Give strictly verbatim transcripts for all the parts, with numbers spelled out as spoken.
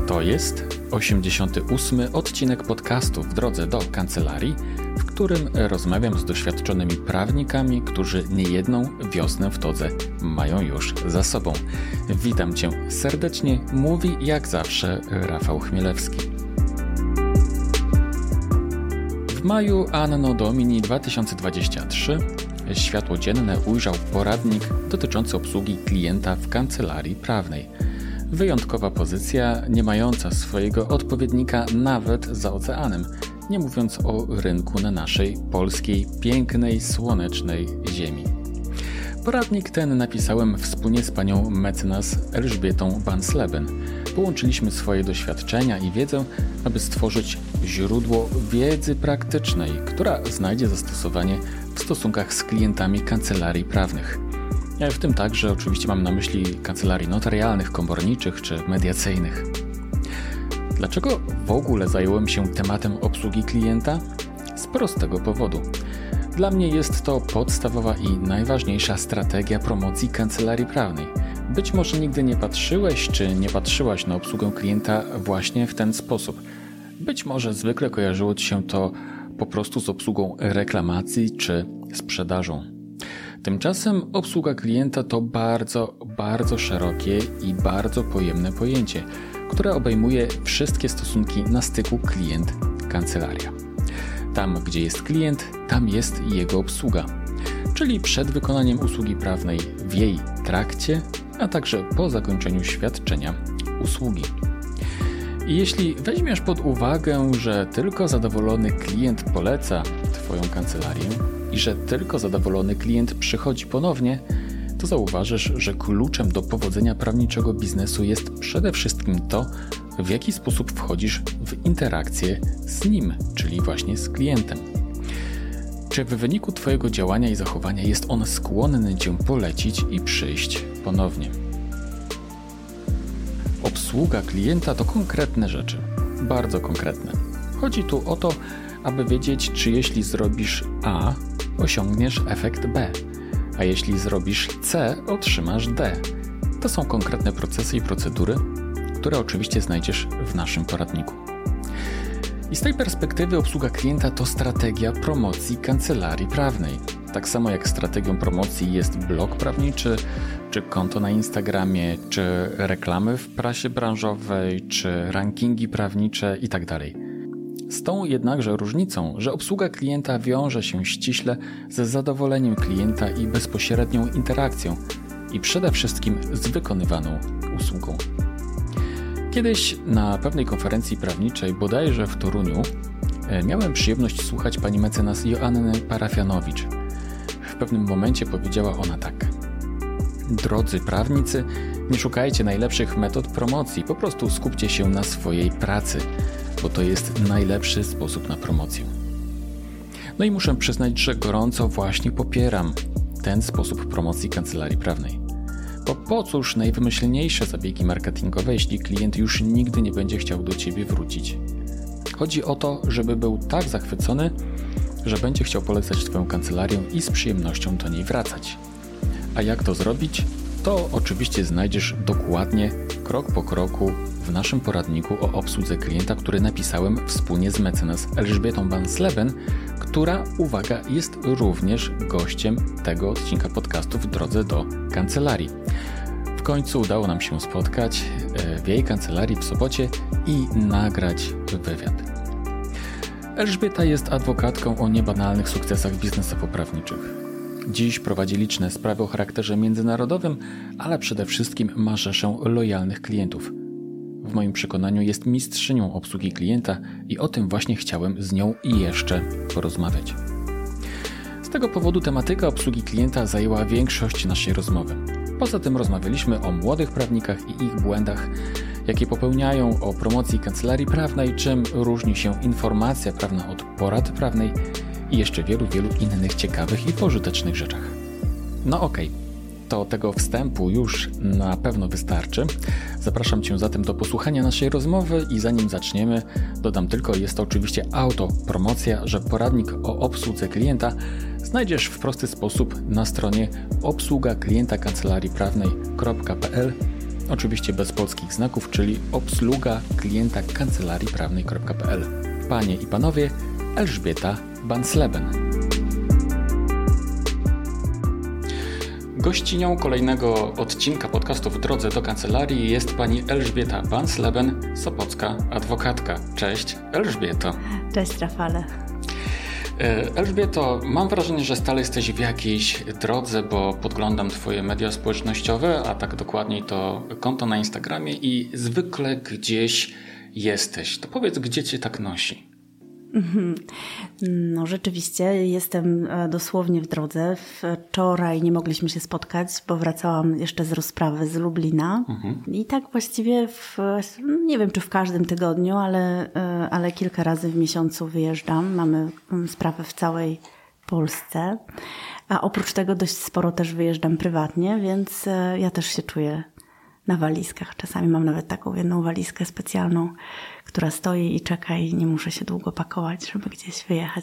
To jest osiemdziesiąty ósmy odcinek podcastu W drodze do kancelarii, w którym rozmawiam z doświadczonymi prawnikami, którzy niejedną wiosnę w todze mają już za sobą. Witam Cię serdecznie, mówi jak zawsze Rafał Chmielewski. W maju Anno Domini dwa tysiące dwudziesty trzeci światło dzienne ujrzał poradnik dotyczący obsługi klienta w kancelarii prawnej. Wyjątkowa pozycja, nie mająca swojego odpowiednika nawet za oceanem, nie mówiąc o rynku na naszej polskiej, pięknej, słonecznej ziemi. Poradnik ten napisałem wspólnie z panią mecenas Elżbietą Bansleben. Połączyliśmy swoje doświadczenia i wiedzę, aby stworzyć źródło wiedzy praktycznej, która znajdzie zastosowanie w stosunkach z klientami kancelarii prawnych. W tym także oczywiście mam na myśli kancelarii notarialnych, komorniczych czy mediacyjnych. Dlaczego w ogóle zająłem się tematem obsługi klienta? Z prostego powodu. Dla mnie jest to podstawowa i najważniejsza strategia promocji kancelarii prawnej. Być może nigdy nie patrzyłeś czy nie patrzyłaś na obsługę klienta właśnie w ten sposób. Być może zwykle kojarzyło Ci się to po prostu z obsługą reklamacji czy sprzedażą. Tymczasem obsługa klienta to bardzo, bardzo szerokie i bardzo pojemne pojęcie, które obejmuje wszystkie stosunki na styku klient-kancelaria. Tam, gdzie jest klient, tam jest jego obsługa, czyli przed wykonaniem usługi prawnej, w jej trakcie, a także po zakończeniu świadczenia usługi. I jeśli weźmiesz pod uwagę, że tylko zadowolony klient poleca Twoją kancelarię i że tylko zadowolony klient przychodzi ponownie, to zauważysz, że kluczem do powodzenia prawniczego biznesu jest przede wszystkim to, w jaki sposób wchodzisz w interakcję z nim, czyli właśnie z klientem. Czy w wyniku Twojego działania i zachowania jest on skłonny Cię polecić i przyjść ponownie? Obsługa klienta to konkretne rzeczy, bardzo konkretne. Chodzi tu o to, aby wiedzieć, czy jeśli zrobisz A, osiągniesz efekt B, a jeśli zrobisz C, otrzymasz D. To są konkretne procesy i procedury, które oczywiście znajdziesz w naszym poradniku. I z tej perspektywy obsługa klienta to strategia promocji kancelarii prawnej. Tak samo jak strategią promocji jest blog prawniczy, czy konto na Instagramie, czy reklamy w prasie branżowej, czy rankingi prawnicze itd. Z tą jednakże różnicą, że obsługa klienta wiąże się ściśle ze zadowoleniem klienta i bezpośrednią interakcją i przede wszystkim z wykonywaną usługą. Kiedyś na pewnej konferencji prawniczej, bodajże w Toruniu, miałem przyjemność słuchać pani mecenas Joanny Parafianowicz. W pewnym momencie powiedziała ona tak: drodzy prawnicy, nie szukajcie najlepszych metod promocji, po prostu skupcie się na swojej pracy, bo to jest najlepszy sposób na promocję. No i muszę przyznać, że gorąco właśnie popieram ten sposób promocji kancelarii prawnej. Bo po cóż najwymyślniejsze zabiegi marketingowe, jeśli klient już nigdy nie będzie chciał do Ciebie wrócić? Chodzi o to, żeby był tak zachwycony, że będzie chciał polecać Twoją kancelarię i z przyjemnością do niej wracać. A jak to zrobić? To oczywiście znajdziesz dokładnie, krok po kroku w naszym poradniku o obsłudze klienta, który napisałem wspólnie z mecenas Elżbietą Bansleben, która, uwaga, jest również gościem tego odcinka podcastu W drodze do kancelarii. W końcu udało nam się spotkać w jej kancelarii w Sopocie i nagrać wywiad. Elżbieta jest adwokatką o niebanalnych sukcesach biznesowo-prawniczych. Dziś prowadzi liczne sprawy o charakterze międzynarodowym, ale przede wszystkim ma rzeszę lojalnych klientów. W moim przekonaniu jest mistrzynią obsługi klienta i o tym właśnie chciałem z nią jeszcze porozmawiać. Z tego powodu tematyka obsługi klienta zajęła większość naszej rozmowy. Poza tym rozmawialiśmy o młodych prawnikach i ich błędach, jakie popełniają, o promocji kancelarii prawnej, czym różni się informacja prawna od porady prawnej i jeszcze wielu, wielu innych ciekawych i pożytecznych rzeczach. No okej, okay. To tego wstępu już na pewno wystarczy. Zapraszam Cię zatem do posłuchania naszej rozmowy i zanim zaczniemy, dodam tylko, jest to oczywiście autopromocja, że poradnik o obsłudze klienta znajdziesz w prosty sposób na stronie obsługa klienta kancelarii prawnej kropka p l oczywiście bez polskich znaków, czyli obsługa klienta kancelarii prawnej kropka p l. Panie i panowie, Elżbieta Bansleben. Gościnią kolejnego odcinka podcastu W drodze do kancelarii jest pani Elżbieta Bansleben, sopocka adwokatka. Cześć Elżbieto. Cześć Rafale. Elżbieto, mam wrażenie, że stale jesteś w jakiejś drodze, bo podglądam twoje media społecznościowe, a tak dokładniej to konto na Instagramie i zwykle gdzieś jesteś. To powiedz, gdzie cię tak nosi? No rzeczywiście jestem dosłownie w drodze. Wczoraj nie mogliśmy się spotkać, bo wracałam jeszcze z rozprawy z Lublina. Mhm. I tak właściwie w, nie wiem czy w każdym tygodniu, ale, ale kilka razy w miesiącu wyjeżdżam. Mamy sprawy w całej Polsce. A oprócz tego dość sporo też wyjeżdżam prywatnie, więc ja też się czuję na walizkach. Czasami mam nawet taką jedną walizkę specjalną, która stoi i czeka i nie muszę się długo pakować, żeby gdzieś wyjechać.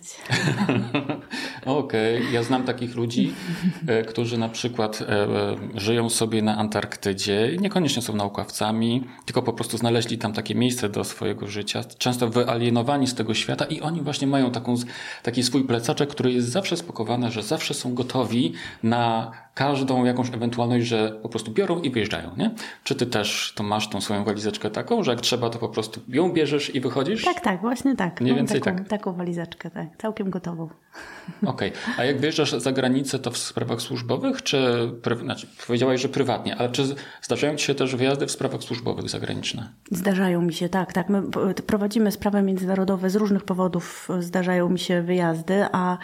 Okej, okay. Ja znam takich ludzi, którzy na przykład żyją sobie na Antarktydzie, niekoniecznie są naukowcami, tylko po prostu znaleźli tam takie miejsce do swojego życia, często wyalienowani z tego świata i oni właśnie mają taką, taki swój plecaczek, który jest zawsze spakowany, że zawsze są gotowi na każdą jakąś ewentualność, że po prostu biorą i wyjeżdżają, nie? Czy ty też to masz tą swoją walizeczkę taką, że jak trzeba, to po prostu ją bierzesz i wychodzisz? Tak, tak, właśnie tak. Mniej więcej taką, tak. Taką walizeczkę, tak. Całkiem gotową. Okej. Okay. A jak wyjeżdżasz za granicę, to w sprawach służbowych, czy znaczy, powiedziałaś, że prywatnie, ale czy zdarzają ci się też wyjazdy w sprawach służbowych zagraniczne? Zdarzają mi się, tak, tak. My prowadzimy sprawy międzynarodowe z różnych powodów, zdarzają mi się wyjazdy, a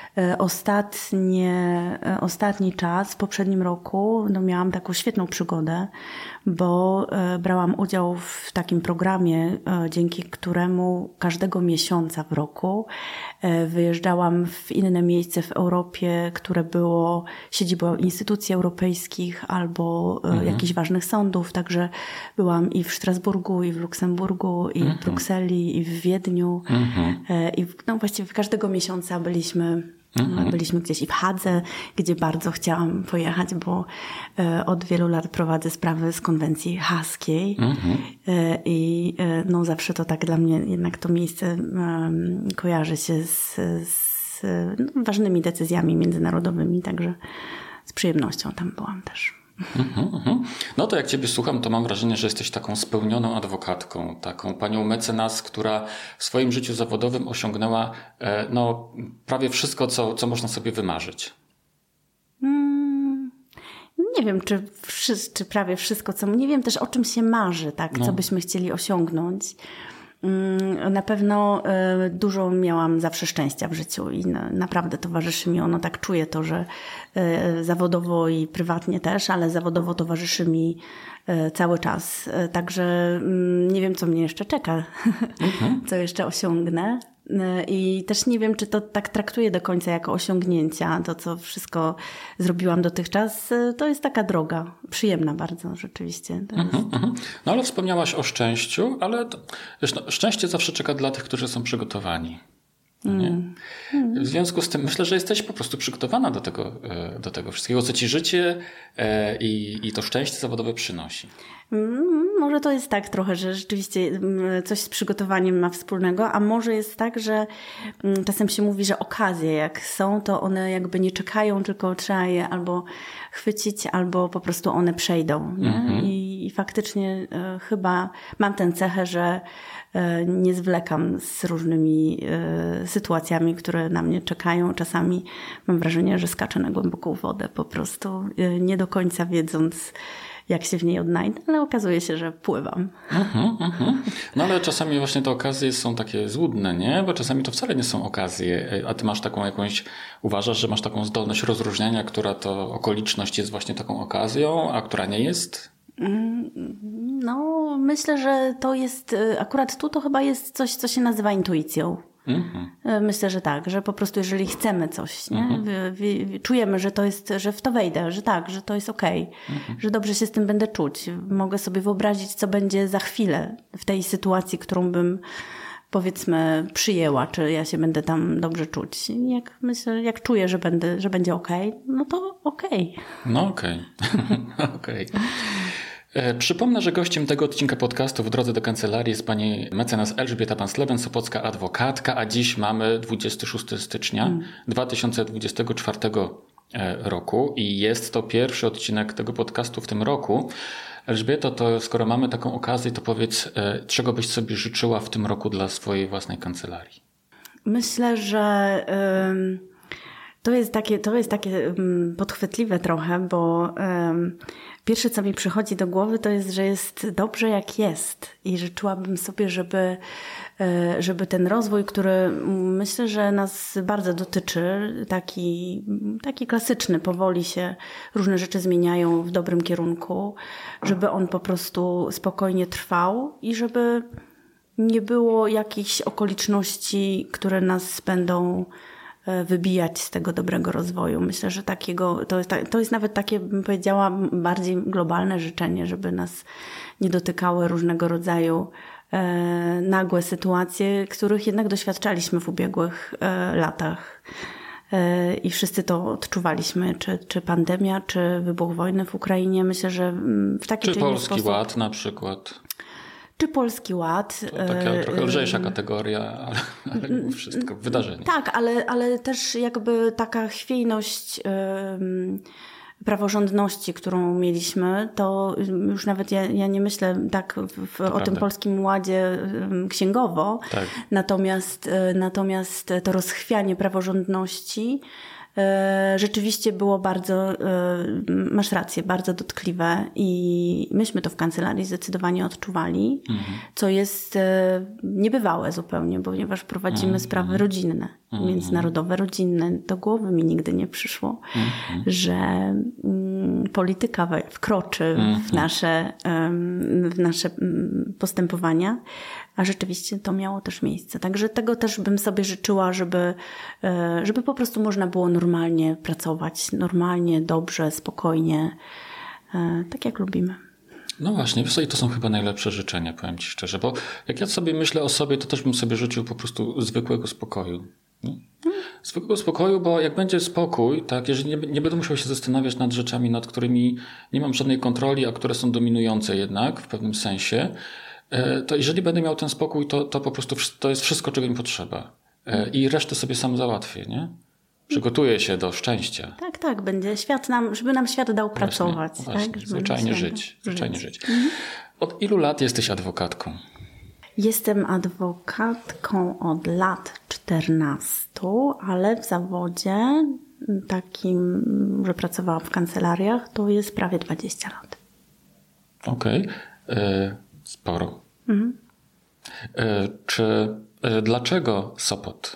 Ostatnie, ostatni czas, w poprzednim roku, no miałam taką świetną przygodę, bo brałam udział w takim programie, dzięki któremu każdego miesiąca w roku wyjeżdżałam w inne miejsce w Europie, które było siedzibą instytucji europejskich albo mhm. jakichś ważnych sądów. Także byłam i w Strasburgu, i w Luksemburgu, i mhm. w Brukseli, i w Wiedniu. Mhm. I no właściwie każdego miesiąca byliśmy Mhm. Byliśmy gdzieś i w Hadze, gdzie bardzo chciałam pojechać, bo e, od wielu lat prowadzę sprawy z konwencji haskiej mhm. e, i e, no zawsze to tak dla mnie jednak to miejsce e, kojarzy się z, z no, ważnymi decyzjami międzynarodowymi, także z przyjemnością tam byłam też. Mhm, mhm. No to jak ciebie słucham, to mam wrażenie, że jesteś taką spełnioną adwokatką, taką panią mecenas, która w swoim życiu zawodowym osiągnęła no, prawie wszystko, co, co można sobie wymarzyć. Hmm, nie wiem, czy, czy prawie wszystko, co... Nie wiem też, o czym się marzy, tak, no. Co byśmy chcieli osiągnąć. Na pewno dużo miałam zawsze szczęścia w życiu i naprawdę towarzyszy mi ono, tak czuję to, że zawodowo i prywatnie też, ale zawodowo towarzyszy mi cały czas. Także nie wiem, co mnie jeszcze czeka, mhm. co jeszcze osiągnę. I też nie wiem, czy to tak traktuję do końca jako osiągnięcia. To, co wszystko zrobiłam dotychczas, to jest taka droga. Przyjemna bardzo, rzeczywiście. To jest... mm-hmm, mm-hmm. No ale wspomniałaś o szczęściu, ale to, wiesz, no, szczęście zawsze czeka dla tych, którzy są przygotowani. Nie? Mm. W związku z tym myślę, że jesteś po prostu przygotowana do tego, do tego wszystkiego, co ci życie i, i to szczęście zawodowe przynosi. Może to jest tak trochę, że rzeczywiście coś z przygotowaniem ma wspólnego, a może jest tak, że czasem się mówi, że okazje jak są, to one jakby nie czekają, tylko trzeba je albo chwycić, albo po prostu one przejdą. Nie? Mm-hmm. I, I faktycznie e, chyba mam tę cechę, że e, nie zwlekam z różnymi e, sytuacjami, które na mnie czekają. Czasami mam wrażenie, że skaczę na głęboką wodę po prostu, e, nie do końca wiedząc, jak się w niej odnajdę, ale okazuje się, że pływam. Uh-huh, uh-huh. No ale czasami właśnie te okazje są takie złudne, nie? Bo czasami to wcale nie są okazje, a ty masz taką jakąś, uważasz, że masz taką zdolność rozróżniania, która to okoliczność jest właśnie taką okazją, a która nie jest? No, myślę, że to jest, akurat tu to chyba jest coś, co się nazywa intuicją. Mm-hmm. Myślę, że tak, że po prostu jeżeli chcemy coś, nie? Mm-hmm. W, w, czujemy, że to jest, że w to wejdę, że tak, że to jest okej, okay, mm-hmm. że dobrze się z tym będę czuć. Mogę sobie wyobrazić, co będzie za chwilę w tej sytuacji, którą bym powiedzmy przyjęła, czy ja się będę tam dobrze czuć. Jak myślę, jak czuję, że będę, że będzie okej, okay, no to okej. Okay. No okej. Okay. okej. Przypomnę, że gościem tego odcinka podcastu W drodze do kancelarii jest pani mecenas Elżbieta Pan-Slewen, sopocka adwokatka, a dziś mamy dwudziestego szóstego stycznia mm. dwa tysiące dwudziestego czwartego roku i jest to pierwszy odcinek tego podcastu w tym roku. Elżbieto, to skoro mamy taką okazję, to powiedz, czego byś sobie życzyła w tym roku dla swojej własnej kancelarii? Myślę, że ym, to jest takie, to jest takie ym, podchwytliwe trochę, bo ym, pierwsze, co mi przychodzi do głowy, to jest, że jest dobrze jak jest i życzyłabym sobie, żeby, żeby ten rozwój, który myślę, że nas bardzo dotyczy, taki, taki klasyczny, powoli się różne rzeczy zmieniają w dobrym kierunku, żeby on po prostu spokojnie trwał i żeby nie było jakichś okoliczności, które nas będą wybijać z tego dobrego rozwoju. Myślę, że takiego, to jest, to jest nawet takie, bym powiedziała, bardziej globalne życzenie, żeby nas nie dotykały różnego rodzaju e, nagłe sytuacje, których jednak doświadczaliśmy w ubiegłych e, latach. E, I wszyscy to odczuwaliśmy, czy, czy pandemia, czy wybuch wojny w Ukrainie. Myślę, że w taki czy czy inny Polski sposób... Ład na przykład. Czy Polski Ład. To taka trochę lżejsza kategoria, ale, ale mimo wszystko wydarzenie. Tak, ale, ale też jakby taka chwiejność um, praworządności, którą mieliśmy, to już nawet ja, ja nie myślę tak w, w, o prawda. tym Polskim Ładzie um, księgowo, tak. natomiast, natomiast to rozchwianie praworządności rzeczywiście było bardzo, masz rację, bardzo dotkliwe i myśmy to w kancelarii zdecydowanie odczuwali, mhm. co jest niebywałe zupełnie, ponieważ prowadzimy mhm. sprawy rodzinne, mhm. międzynarodowe, rodzinne. Do głowy mi nigdy nie przyszło, mhm. że polityka wkroczy mhm. w nasze, w nasze postępowania. A rzeczywiście to miało też miejsce. Także tego też bym sobie życzyła, żeby, żeby po prostu można było normalnie pracować, normalnie, dobrze, spokojnie, tak jak lubimy. No właśnie, wiesz co, i to są chyba najlepsze życzenia, powiem ci szczerze, bo jak ja sobie myślę o sobie, to też bym sobie życzył po prostu zwykłego spokoju. Nie? Zwykłego spokoju, bo jak będzie spokój, tak, jeżeli nie, nie będę musiał się zastanawiać nad rzeczami, nad którymi nie mam żadnej kontroli, a które są dominujące jednak w pewnym sensie, to jeżeli będę miał ten spokój, to, to po prostu to jest wszystko, czego mi potrzeba. I resztę sobie sam załatwię, nie? Przygotuję się do szczęścia. Tak, tak, będzie świat nam, żeby nam świat dał właśnie, pracować. Właśnie, tak? zwyczajnie żyć. Zwyczajnie żyć. żyć. Mhm. Od ilu lat jesteś adwokatką? Jestem adwokatką od lat czternastu, ale w zawodzie takim, że pracowałam w kancelariach, to jest prawie dwadzieścia lat. Okej. Okay. Sporo. Mhm. Czy, dlaczego Sopot?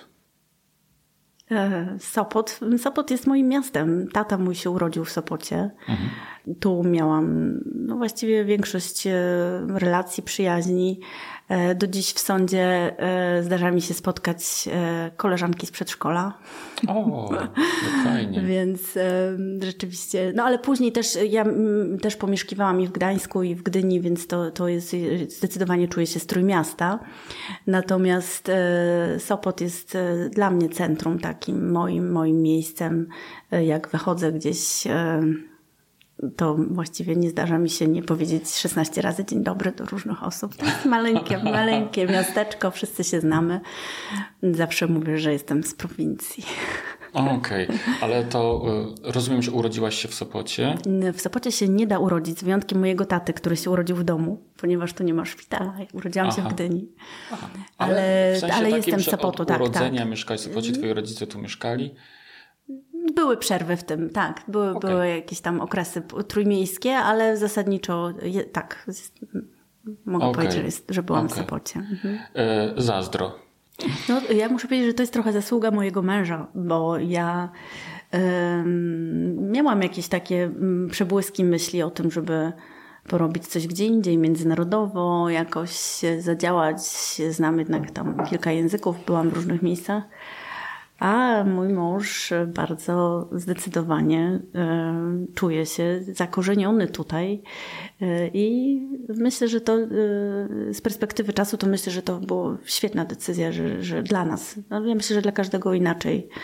Sopot. Sopot jest moim miastem. Tata mój się urodził w Sopocie. Mhm. Tu miałam no właściwie większość relacji, przyjaźni. Do dziś w sądzie zdarza mi się spotkać koleżanki z przedszkola. O, fajnie. Więc rzeczywiście, no ale później też ja też pomieszkiwałam i w Gdańsku, i w Gdyni, więc to, to jest zdecydowanie czuję się z Trójmiasta. Natomiast Sopot jest dla mnie centrum takim moim, moim miejscem. Jak wychodzę gdzieś, to właściwie nie zdarza mi się nie powiedzieć szesnaście razy dzień dobry do różnych osób. To jest maleńkie, maleńkie miasteczko, wszyscy się znamy. Zawsze mówię, że jestem z prowincji. Okej, okay. Ale to rozumiem, że urodziłaś się w Sopocie? W Sopocie się nie da urodzić, z wyjątkiem mojego taty, który się urodził w domu, ponieważ tu nie ma szpitala. Urodziłam Aha. się w Gdyni. Aha. Ale, ale, w sensie ale takim, jestem z Sopotu. Od tak, urodzenia tak. mieszkałeś w Sopocie, twoi rodzice tu mieszkali? Były przerwy w tym, tak. Były, okay. były jakieś tam okresy trójmiejskie, ale zasadniczo je, tak. Mogę okay. powiedzieć, że, jest, że byłam okay. w Sopocie. Mhm. E, zazdro. No, ja muszę powiedzieć, że to jest trochę zasługa mojego męża, bo ja um, miałam jakieś takie um, przebłyski myśli o tym, żeby porobić coś gdzie indziej, międzynarodowo, jakoś zadziałać. Znam jednak tam kilka języków, byłam w różnych miejscach. A mój mąż bardzo zdecydowanie y, czuje się zakorzeniony tutaj y, i myślę, że to y, z perspektywy czasu to myślę, że to była świetna decyzja, że, że dla nas, no ja myślę, że dla każdego inaczej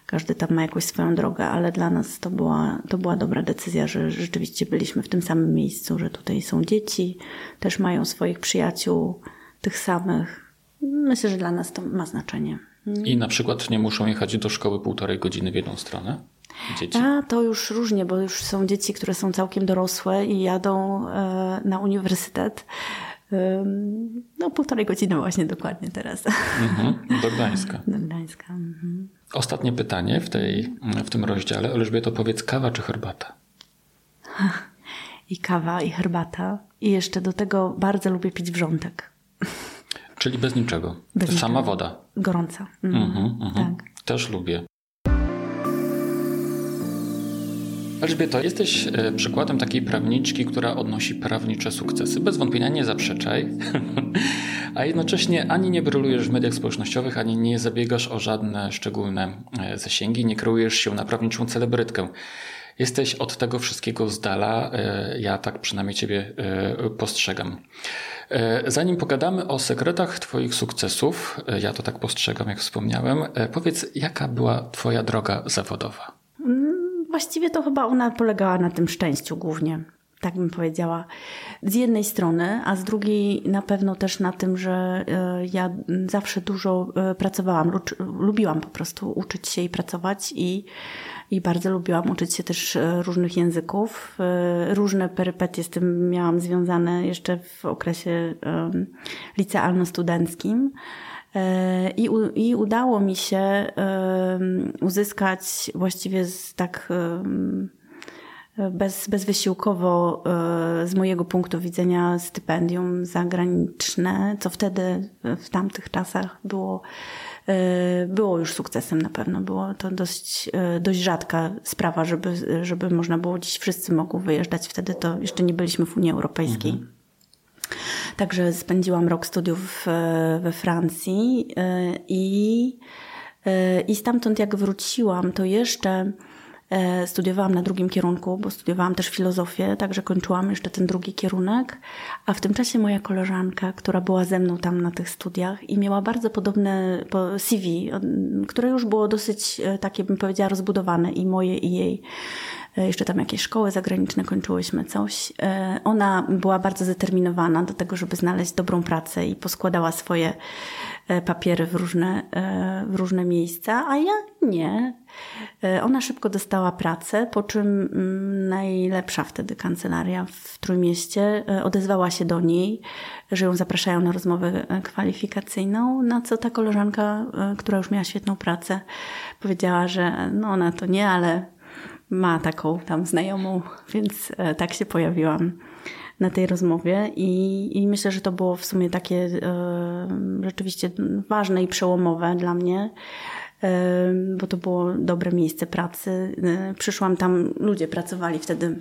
każdy tam ma jakąś swoją drogę, ale dla nas to była, to była dobra decyzja, że rzeczywiście byliśmy w tym samym miejscu, że tutaj są dzieci, też mają swoich przyjaciół, tych samych. Myślę, że dla nas to ma znaczenie. I na przykład nie muszą jechać do szkoły półtorej godziny w jedną stronę? Dzieci? A, to już różnie, bo już są dzieci, które są całkiem dorosłe i jadą e, na uniwersytet. E, no półtorej godziny właśnie dokładnie teraz. Mhm, do Gdańska. Do Gdańska. Mhm. Ostatnie pytanie w, tej, w tym rozdziale. Elżbieto, powiedz, kawa czy herbata? I kawa, i herbata. I jeszcze do tego bardzo lubię pić wrzątek. Czyli bez niczego? Bez Sama niczego. woda? Gorąca. Mhm. Mhm, mhm. Tak. Też lubię. Elżbieto, jesteś przykładem takiej prawniczki, która odnosi prawnicze sukcesy. Bez wątpienia nie zaprzeczaj. A jednocześnie ani nie brylujesz w mediach społecznościowych, ani nie zabiegasz o żadne szczególne zasięgi, nie kreujesz się na prawniczą celebrytkę. Jesteś od tego wszystkiego z dala. Ja tak przynajmniej ciebie postrzegam. Zanim pogadamy o sekretach twoich sukcesów, ja to tak postrzegam, jak wspomniałem, powiedz, jaka była twoja droga zawodowa? Właściwie to chyba ona polegała na tym szczęściu głównie, tak bym powiedziała. Z jednej strony, a z drugiej na pewno też na tym, że ja zawsze dużo pracowałam, lubiłam po prostu uczyć się i pracować i, i bardzo lubiłam uczyć się też różnych języków. Różne perypetie z tym miałam związane jeszcze w okresie licealno-studenckim. I, I udało mi się um, uzyskać właściwie z, tak um, bez, bezwysiłkowo um, z mojego punktu widzenia stypendium zagraniczne, co wtedy w tamtych czasach było, um, było już sukcesem na pewno. Było to dość, um, dość rzadka sprawa, żeby, żeby można było, dziś wszyscy mogą wyjeżdżać. Wtedy to jeszcze nie byliśmy w Unii Europejskiej. Mhm. Także spędziłam rok studiów we Francji i, i stamtąd jak wróciłam, to jeszcze studiowałam na drugim kierunku, bo studiowałam też filozofię, także kończyłam jeszcze ten drugi kierunek, a w tym czasie moja koleżanka, która była ze mną tam na tych studiach i miała bardzo podobne C V, które już było dosyć takie, bym powiedziała, rozbudowane i moje i jej. Jeszcze tam jakieś szkoły zagraniczne kończyłyśmy coś. Ona była bardzo zdeterminowana do tego, żeby znaleźć dobrą pracę i poskładała swoje papiery w różne, w różne miejsca, a ja nie. Ona szybko dostała pracę, po czym najlepsza wtedy kancelaria w Trójmieście odezwała się do niej, że ją zapraszają na rozmowę kwalifikacyjną, na co ta koleżanka, która już miała świetną pracę, powiedziała, że no ona to nie, ale ma taką tam znajomą, więc tak się pojawiłam na tej rozmowie i, i myślę, że to było w sumie takie e, rzeczywiście ważne i przełomowe dla mnie, e, bo to było dobre miejsce pracy. E, przyszłam tam, ludzie pracowali wtedy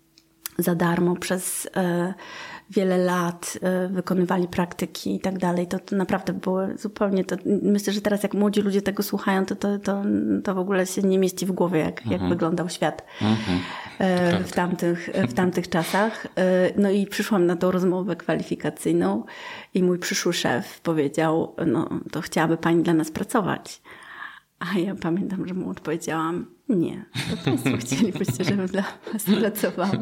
za darmo przez e, wiele lat, e, wykonywali praktyki i tak dalej. To, to naprawdę było zupełnie, to, myślę, że teraz jak młodzi ludzie tego słuchają, to, to, to, to w ogóle się nie mieści w głowie, jak, mhm. jak wyglądał świat mhm. e, w, tamtych, w tamtych czasach. E, no i przyszłam na tą rozmowę kwalifikacyjną i mój przyszły szef powiedział, no to chciałaby pani dla nas pracować. A ja pamiętam, że mu odpowiedziałam, nie, to państwo chcielibyście, żebym dla was pracowała.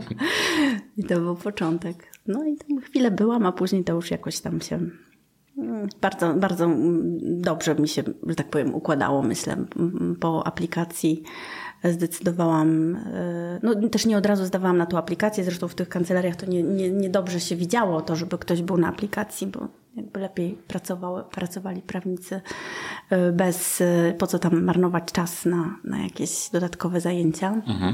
I to był początek. No i tam chwilę byłam, a później to już jakoś tam się bardzo, bardzo dobrze mi się, że tak powiem, układało, myślę. Po aplikacji zdecydowałam, no też nie od razu zdawałam na tą aplikację, zresztą w tych kancelariach to nie, nie, nie dobrze się widziało to, żeby ktoś był na aplikacji, bo jakby lepiej pracowały, pracowali prawnicy bez, po co tam marnować czas na, na jakieś dodatkowe zajęcia. Mhm.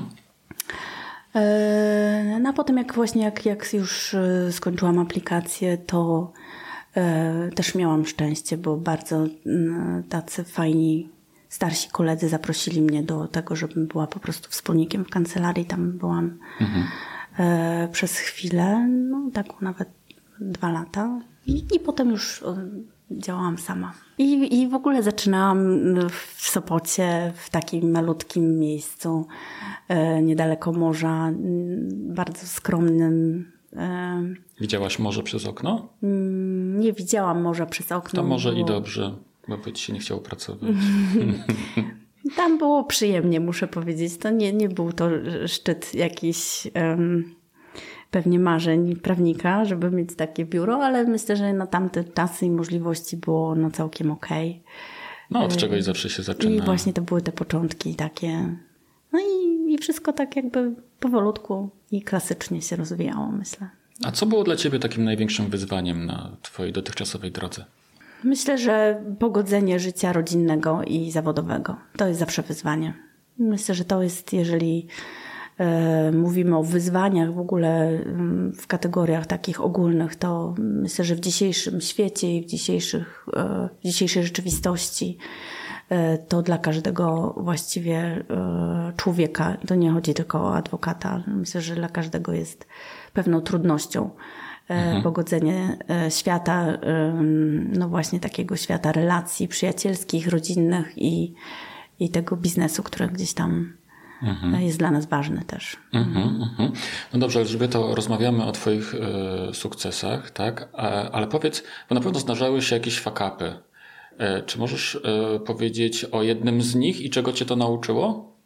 No a potem jak właśnie jak, jak już skończyłam aplikację, to też miałam szczęście, bo bardzo tacy fajni starsi koledzy zaprosili mnie do tego, żebym była po prostu wspólnikiem w kancelarii. Tam byłam mhm. przez chwilę, no taką nawet dwa lata. I, i potem już działałam sama. I, I w ogóle zaczynałam w Sopocie, w takim malutkim miejscu, e, niedaleko morza, bardzo skromnym. E, Widziałaś morze przez okno? Nie widziałam morza przez okno. To może było... i dobrze, bo by ci się nie chciało pracować. Tam było przyjemnie, muszę powiedzieć. To nie, nie był to szczyt jakiś um, pewnie marzeń prawnika, żeby mieć takie biuro, ale myślę, że na tamte czasy i możliwości było no całkiem okej. No od czegoś zawsze się zaczyna. I właśnie to były te początki takie. No i, i wszystko tak jakby powolutku i klasycznie się rozwijało, myślę. A co było dla ciebie takim największym wyzwaniem na twojej dotychczasowej drodze? Myślę, że pogodzenie życia rodzinnego i zawodowego. To jest zawsze wyzwanie. Myślę, że to jest, jeżeli e, mówimy o wyzwaniach w ogóle e, w kategoriach takich ogólnych, to myślę, że w dzisiejszym świecie i w, dzisiejszych, e, w dzisiejszej rzeczywistości e, to dla każdego właściwie e, człowieka, to nie chodzi tylko o adwokata, myślę, że dla każdego jest pewną trudnością. Mhm. Pogodzenie świata, no właśnie takiego świata relacji przyjacielskich, rodzinnych i, i tego biznesu, który gdzieś tam mhm. jest dla nas ważny też. Mhm, mhm. No dobrze, Elżbieto, rozmawiamy o twoich y, sukcesach, tak? A, ale powiedz, bo na pewno zdarzały się jakieś fuck-upy. Y, czy możesz y, powiedzieć o jednym z nich i czego cię to nauczyło?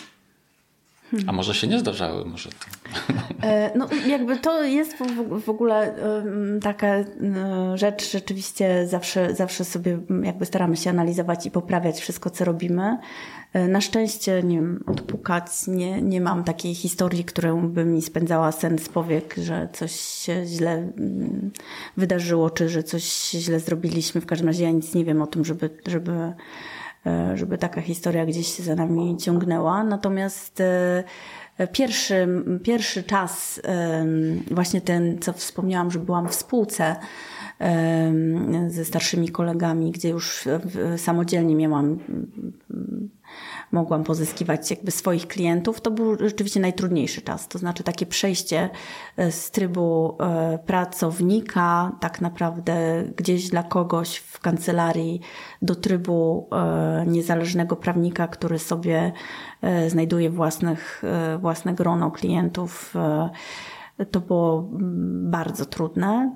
A może się nie zdarzały? Może to... No jakby to jest w ogóle taka rzecz, rzeczywiście zawsze, zawsze sobie jakby staramy się analizować i poprawiać wszystko, co robimy. Na szczęście, nie wiem, odpukać, nie, nie mam takiej historii, którą by mi spędzała sen z powiek, że coś się źle wydarzyło, czy że coś źle zrobiliśmy. W każdym razie ja nic nie wiem o tym, żeby, żeby żeby taka historia gdzieś się za nami ciągnęła. Natomiast pierwszy, pierwszy czas, właśnie ten, co wspomniałam, że byłam w spółce ze starszymi kolegami, gdzie już samodzielnie miałam, mogłam pozyskiwać jakby swoich klientów, to był rzeczywiście najtrudniejszy czas. To znaczy takie przejście z trybu pracownika tak naprawdę gdzieś dla kogoś w kancelarii do trybu niezależnego prawnika, który sobie znajduje własnych, własne grono klientów. To było bardzo trudne.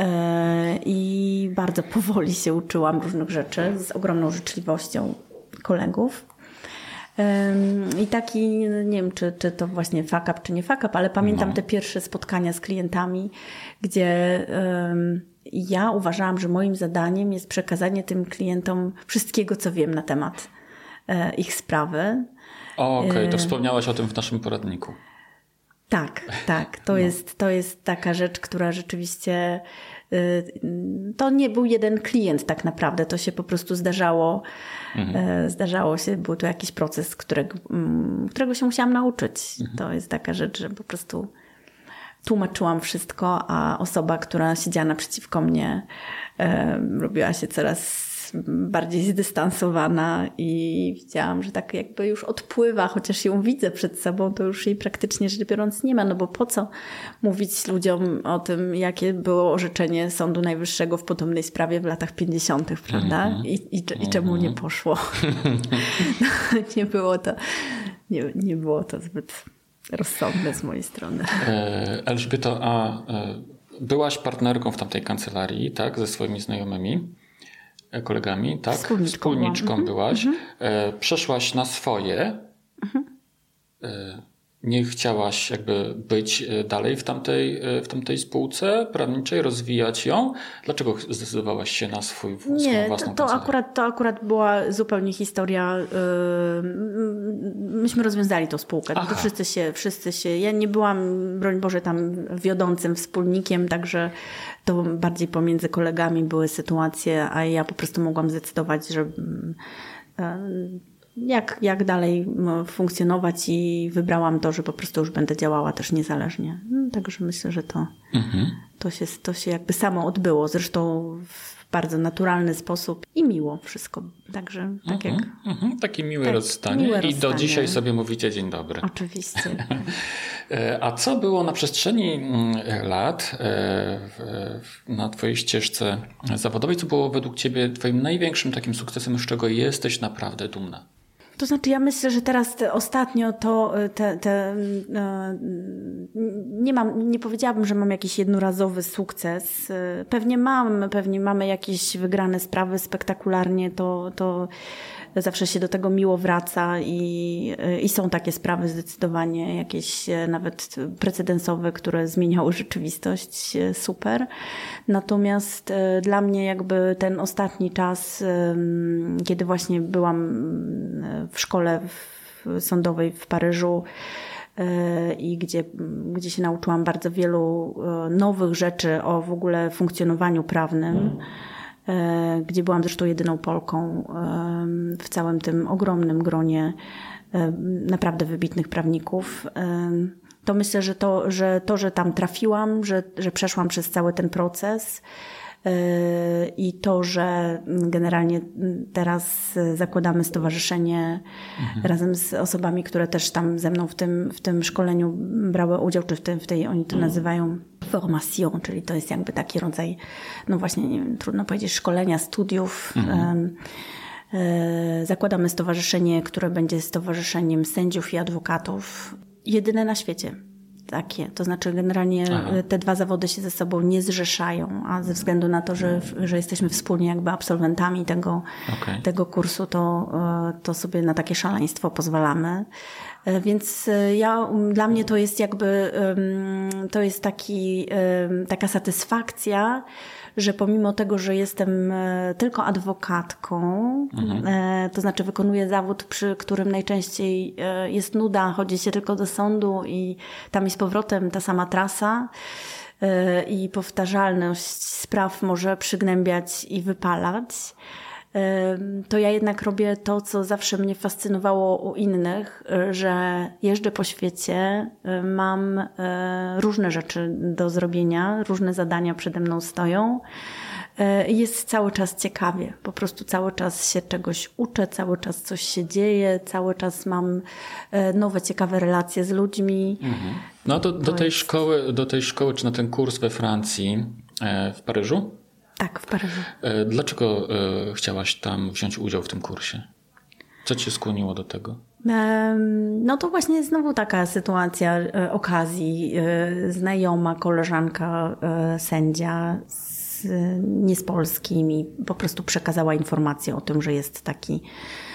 I bardzo powoli się uczyłam różnych rzeczy z ogromną życzliwością kolegów. I taki, nie wiem, czy, czy to właśnie fuck up, czy nie fuck up, ale pamiętam no. te pierwsze spotkania z klientami, gdzie um, ja uważałam, że moim zadaniem jest przekazanie tym klientom wszystkiego, co wiem na temat e, ich sprawy. Okej, okay, to wspomniałaś o tym w naszym poradniku. Tak, tak. To, no. jest, to jest taka rzecz, która rzeczywiście... To nie był jeden klient tak naprawdę. To się po prostu zdarzało. Mhm. Zdarzało się. Był to jakiś proces, którego, którego się musiałam nauczyć. Mhm. To jest taka rzecz, że po prostu tłumaczyłam wszystko, a osoba, która siedziała naprzeciwko mnie, robiła się coraz bardziej zdystansowana i widziałam, że tak jakby już odpływa, chociaż ją widzę przed sobą, to już jej praktycznie rzecz biorąc nie ma, no bo po co mówić ludziom o tym, jakie było orzeczenie Sądu Najwyższego w podobnej sprawie w latach pięćdziesiątych, prawda? I, i, i czemu nie poszło? No, nie było to, nie, nie było to zbyt rozsądne z mojej strony. Elżbieto, a byłaś partnerką w tamtej kancelarii, tak, ze swoimi znajomymi? Kolegami, tak? Wspólniczką, Wspólniczką byłam. byłaś. Mhm. Przeszłaś na swoje. Mhm. Nie chciałaś jakby być dalej w tamtej, w tamtej spółce prawniczej, rozwijać ją. Dlaczego zdecydowałaś się na swój, swoją Nie, własną to, to akurat to akurat była zupełnie historia. Myśmy rozwiązali tą spółkę. To wszyscy się, wszyscy się... Ja nie byłam, broń Boże, tam wiodącym wspólnikiem, także to bardziej pomiędzy kolegami były sytuacje, a ja po prostu mogłam zdecydować, że jak, jak dalej funkcjonować i wybrałam to, że po prostu już będę działała też niezależnie. No, także myślę, że to, mhm. to, się, to się jakby samo odbyło. Zresztą w bardzo naturalny sposób i miło wszystko. Także tak mhm. jak... Mhm. Takie miłe tak, rozstanie miłe i rozstanie. Do dzisiaj sobie mówicie dzień dobry. Oczywiście. A co było na przestrzeni lat na twojej ścieżce zawodowej, co było według ciebie twoim największym takim sukcesem, z czego jesteś naprawdę dumna? To znaczy ja myślę, że teraz te, ostatnio to te, te, nie mam, nie powiedziałabym, że mam jakiś jednorazowy sukces. Pewnie mam, pewnie mamy jakieś wygrane sprawy spektakularnie, to, to zawsze się do tego miło wraca i, i są takie sprawy zdecydowanie jakieś nawet precedensowe, które zmieniały rzeczywistość, super. Natomiast dla mnie jakby ten ostatni czas, kiedy właśnie byłam w szkole sądowej w Paryżu i gdzie, gdzie się nauczyłam bardzo wielu nowych rzeczy o w ogóle funkcjonowaniu prawnym, gdzie byłam zresztą jedyną Polką w całym tym ogromnym gronie naprawdę wybitnych prawników. To myślę, że to, że, to, że tam trafiłam, że, że przeszłam przez cały ten proces i to, że generalnie teraz zakładamy stowarzyszenie mhm. razem z osobami, które też tam ze mną w tym, w tym szkoleniu brały udział, czy w, tym, w tej, oni to nazywają formation, czyli to jest jakby taki rodzaj, no właśnie, nie wiem, trudno powiedzieć, szkolenia, studiów. Mhm. Zakładamy stowarzyszenie, które będzie stowarzyszeniem sędziów i adwokatów. Jedyne na świecie. Takie. To znaczy generalnie Aha. te dwa zawody się ze sobą nie zrzeszają, a ze względu na to, że, że jesteśmy wspólnie jakby absolwentami tego, okay. tego kursu, to, to sobie na takie szaleństwo pozwalamy. Więc ja, dla mnie to jest jakby, to jest taki, taka satysfakcja, że pomimo tego, że jestem tylko adwokatką, mhm. to znaczy wykonuję zawód, przy którym najczęściej jest nuda, chodzi się tylko do sądu i tam i z powrotem ta sama trasa i powtarzalność spraw może przygnębiać i wypalać, to ja jednak robię to, co zawsze mnie fascynowało u innych, że jeżdżę po świecie, mam różne rzeczy do zrobienia, różne zadania przede mną stoją i jest cały czas ciekawie. Po prostu cały czas się czegoś uczę, cały czas coś się dzieje, cały czas mam nowe, ciekawe relacje z ludźmi. Mhm. No to do tej szkoły, do tej szkoły, czy na ten kurs we Francji, w Paryżu? Tak, w Paryżu. Dlaczego chciałaś tam wziąć udział w tym kursie? Co cię skłoniło do tego? No to właśnie znowu taka sytuacja okazji. Znajoma, koleżanka, sędzia z, nie z Polski mi po prostu przekazała informację o tym, że jest taki,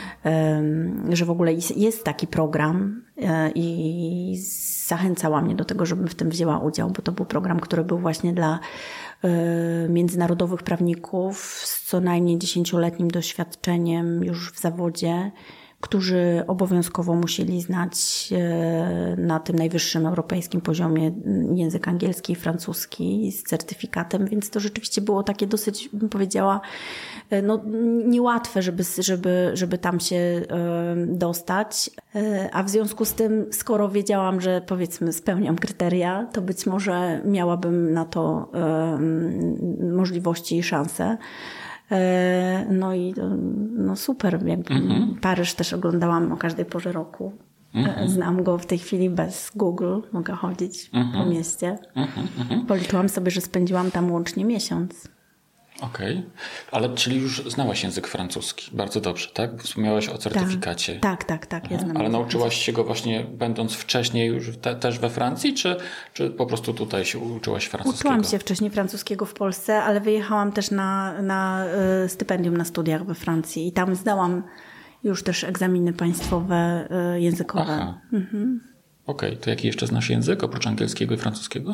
że w ogóle jest taki program i zachęcała mnie do tego, żebym w tym wzięła udział, bo to był program, który był właśnie dla międzynarodowych prawników z co najmniej dziesięcioletnim doświadczeniem już w zawodzie, którzy obowiązkowo musieli znać na tym najwyższym europejskim poziomie język angielski i francuski z certyfikatem, więc to rzeczywiście było takie dosyć, bym powiedziała, no, niełatwe, żeby, żeby, żeby tam się dostać. A w związku z tym, skoro wiedziałam, że powiedzmy spełniam kryteria, to być może miałabym na to możliwości i szanse. No i no super, jakby mm-hmm. Paryż też oglądałam o każdej porze roku. Mm-hmm. Znam go w tej chwili bez Google, mogę chodzić mm-hmm. po mieście. Mm-hmm. Policzyłam sobie, że spędziłam tam łącznie miesiąc. Okej, okay. Ale czyli już znałaś język francuski bardzo dobrze, tak? Wspomniałaś o certyfikacie. Tak, tak, tak. tak ja znam Ale nauczyłaś się go właśnie będąc wcześniej już te, też we Francji, czy, czy po prostu tutaj się uczyłaś francuskiego? Uczyłam się wcześniej francuskiego w Polsce, ale wyjechałam też na, na y, stypendium na studiach we Francji i tam zdałam już też egzaminy państwowe y, językowe. Aha. Mhm. Okej, okay. To jaki jeszcze znasz język oprócz angielskiego i francuskiego?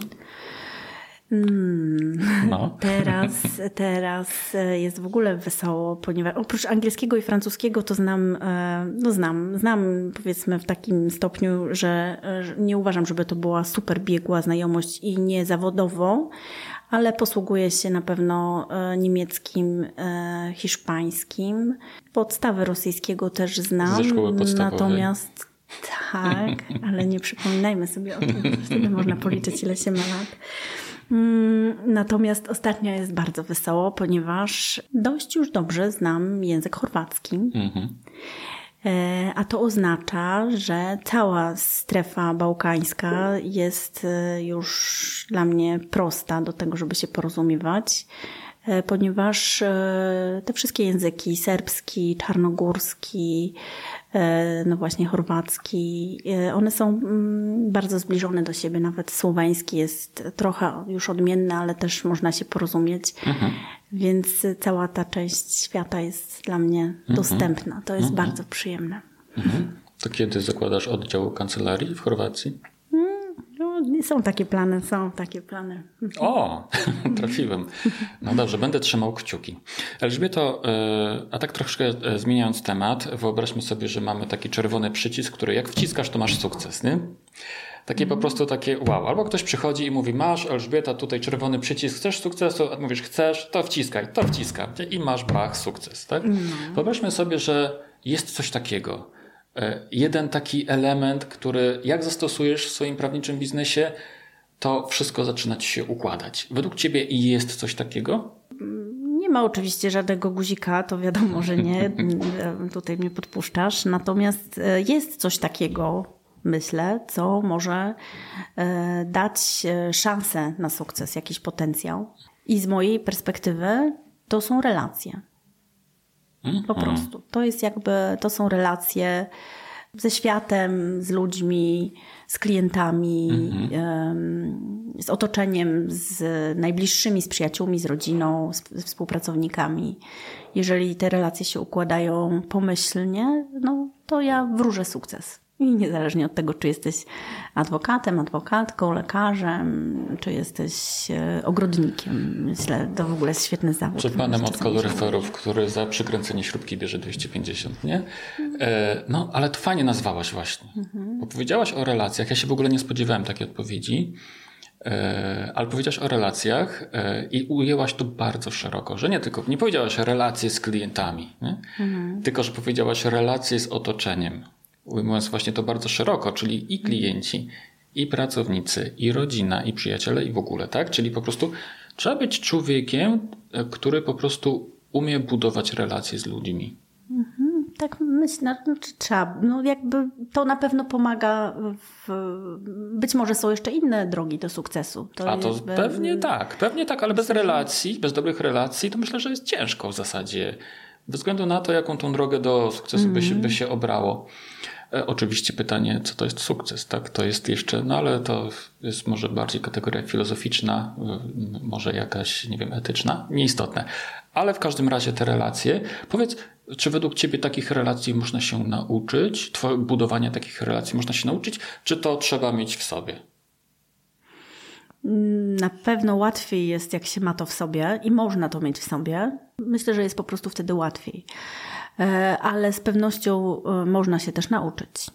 Hmm. No. Teraz, teraz jest w ogóle wesoło, ponieważ oprócz angielskiego i francuskiego to znam, no znam, znam powiedzmy w takim stopniu, że nie uważam, żeby to była super biegła znajomość i nie zawodowo, ale posługuję się na pewno niemieckim, hiszpańskim. Podstawy rosyjskiego też znam. Ze szkoły podstawowej. Natomiast tak, ale nie przypominajmy sobie o tym, wtedy można policzyć, ile się ma lat. Natomiast ostatnio jest bardzo wesoło, ponieważ dość już dobrze znam język chorwacki. Mhm. A to oznacza, że cała strefa bałkańska jest już dla mnie prosta do tego, żeby się porozumiewać, ponieważ te wszystkie języki, serbski, czarnogórski, no właśnie chorwacki. One są bardzo zbliżone do siebie. Nawet słoweński jest trochę już odmienny, ale też można się porozumieć. Mhm. Więc cała ta część świata jest dla mnie mhm. dostępna. To jest mhm. bardzo przyjemne. Mhm. To kiedy zakładasz oddział kancelarii w Chorwacji? No, są takie plany, są takie plany. O, trafiłem. No dobrze, będę trzymał kciuki. Elżbieto, a tak troszkę zmieniając temat, wyobraźmy sobie, że mamy taki czerwony przycisk, który jak wciskasz, to masz sukces, nie? Takie po prostu takie wow. Albo ktoś przychodzi i mówi, masz Elżbieta tutaj czerwony przycisk, chcesz sukcesu? A mówisz, chcesz, to wciskaj, to wciskam. I masz bach, sukces, tak? Mm. Wyobraźmy sobie, że jest coś takiego. Jeden taki element, który jak zastosujesz w swoim prawniczym biznesie, to wszystko zaczyna ci się układać. Według ciebie jest coś takiego? Nie ma oczywiście żadnego guzika, to wiadomo, że nie. Tutaj mnie podpuszczasz. Natomiast jest coś takiego, myślę, co może dać szansę na sukces, jakiś potencjał. I z mojej perspektywy to są relacje. Po prostu. To jest jakby, to są relacje ze światem, z ludźmi, z klientami, mhm. z otoczeniem, z najbliższymi, z przyjaciółmi, z rodziną, z, z współpracownikami. Jeżeli te relacje się układają pomyślnie, no to ja wróżę sukces. I niezależnie od tego, czy jesteś adwokatem, adwokatką, lekarzem, czy jesteś ogrodnikiem. Myślę, to w ogóle jest świetny zawód. Czy panem od kaloryferów, który za przykręcenie śrubki bierze dwieście pięćdziesiąt, nie? E, no, ale to fajnie nazwałaś właśnie. Mhm. Bo powiedziałaś o relacjach. Ja się w ogóle nie spodziewałem takiej odpowiedzi. E, ale powiedziałaś o relacjach e, i ujęłaś to bardzo szeroko, że nie tylko, nie powiedziałaś relacje z klientami, nie? Mhm. Tylko, że powiedziałaś relacje z otoczeniem. Ujmując właśnie to bardzo szeroko, czyli i klienci, i pracownicy, i rodzina, i przyjaciele, i w ogóle, tak? Czyli po prostu trzeba być człowiekiem, który po prostu umie budować relacje z ludźmi. Mhm, tak myślę, no, czy trzeba. No jakby to na pewno pomaga. W, być może są jeszcze inne drogi do sukcesu. To A to jakby... pewnie tak, pewnie tak, ale bez relacji, bez dobrych relacji, to myślę, że jest ciężko w zasadzie. Bez względu na to, jaką tą drogę do sukcesu mm. by, się, by się obrało. E, oczywiście pytanie, co to jest sukces, tak? To jest jeszcze, no ale to jest może bardziej kategoria filozoficzna, y, może jakaś, nie wiem, etyczna, nieistotne. Ale w każdym razie te relacje. Powiedz, czy według ciebie takich relacji można się nauczyć? Twoje budowania takich relacji można się nauczyć? Czy to trzeba mieć w sobie? Na pewno łatwiej jest, jak się ma to w sobie i można to mieć w sobie. Myślę, że jest po prostu wtedy łatwiej. Ale z pewnością można się też nauczyć.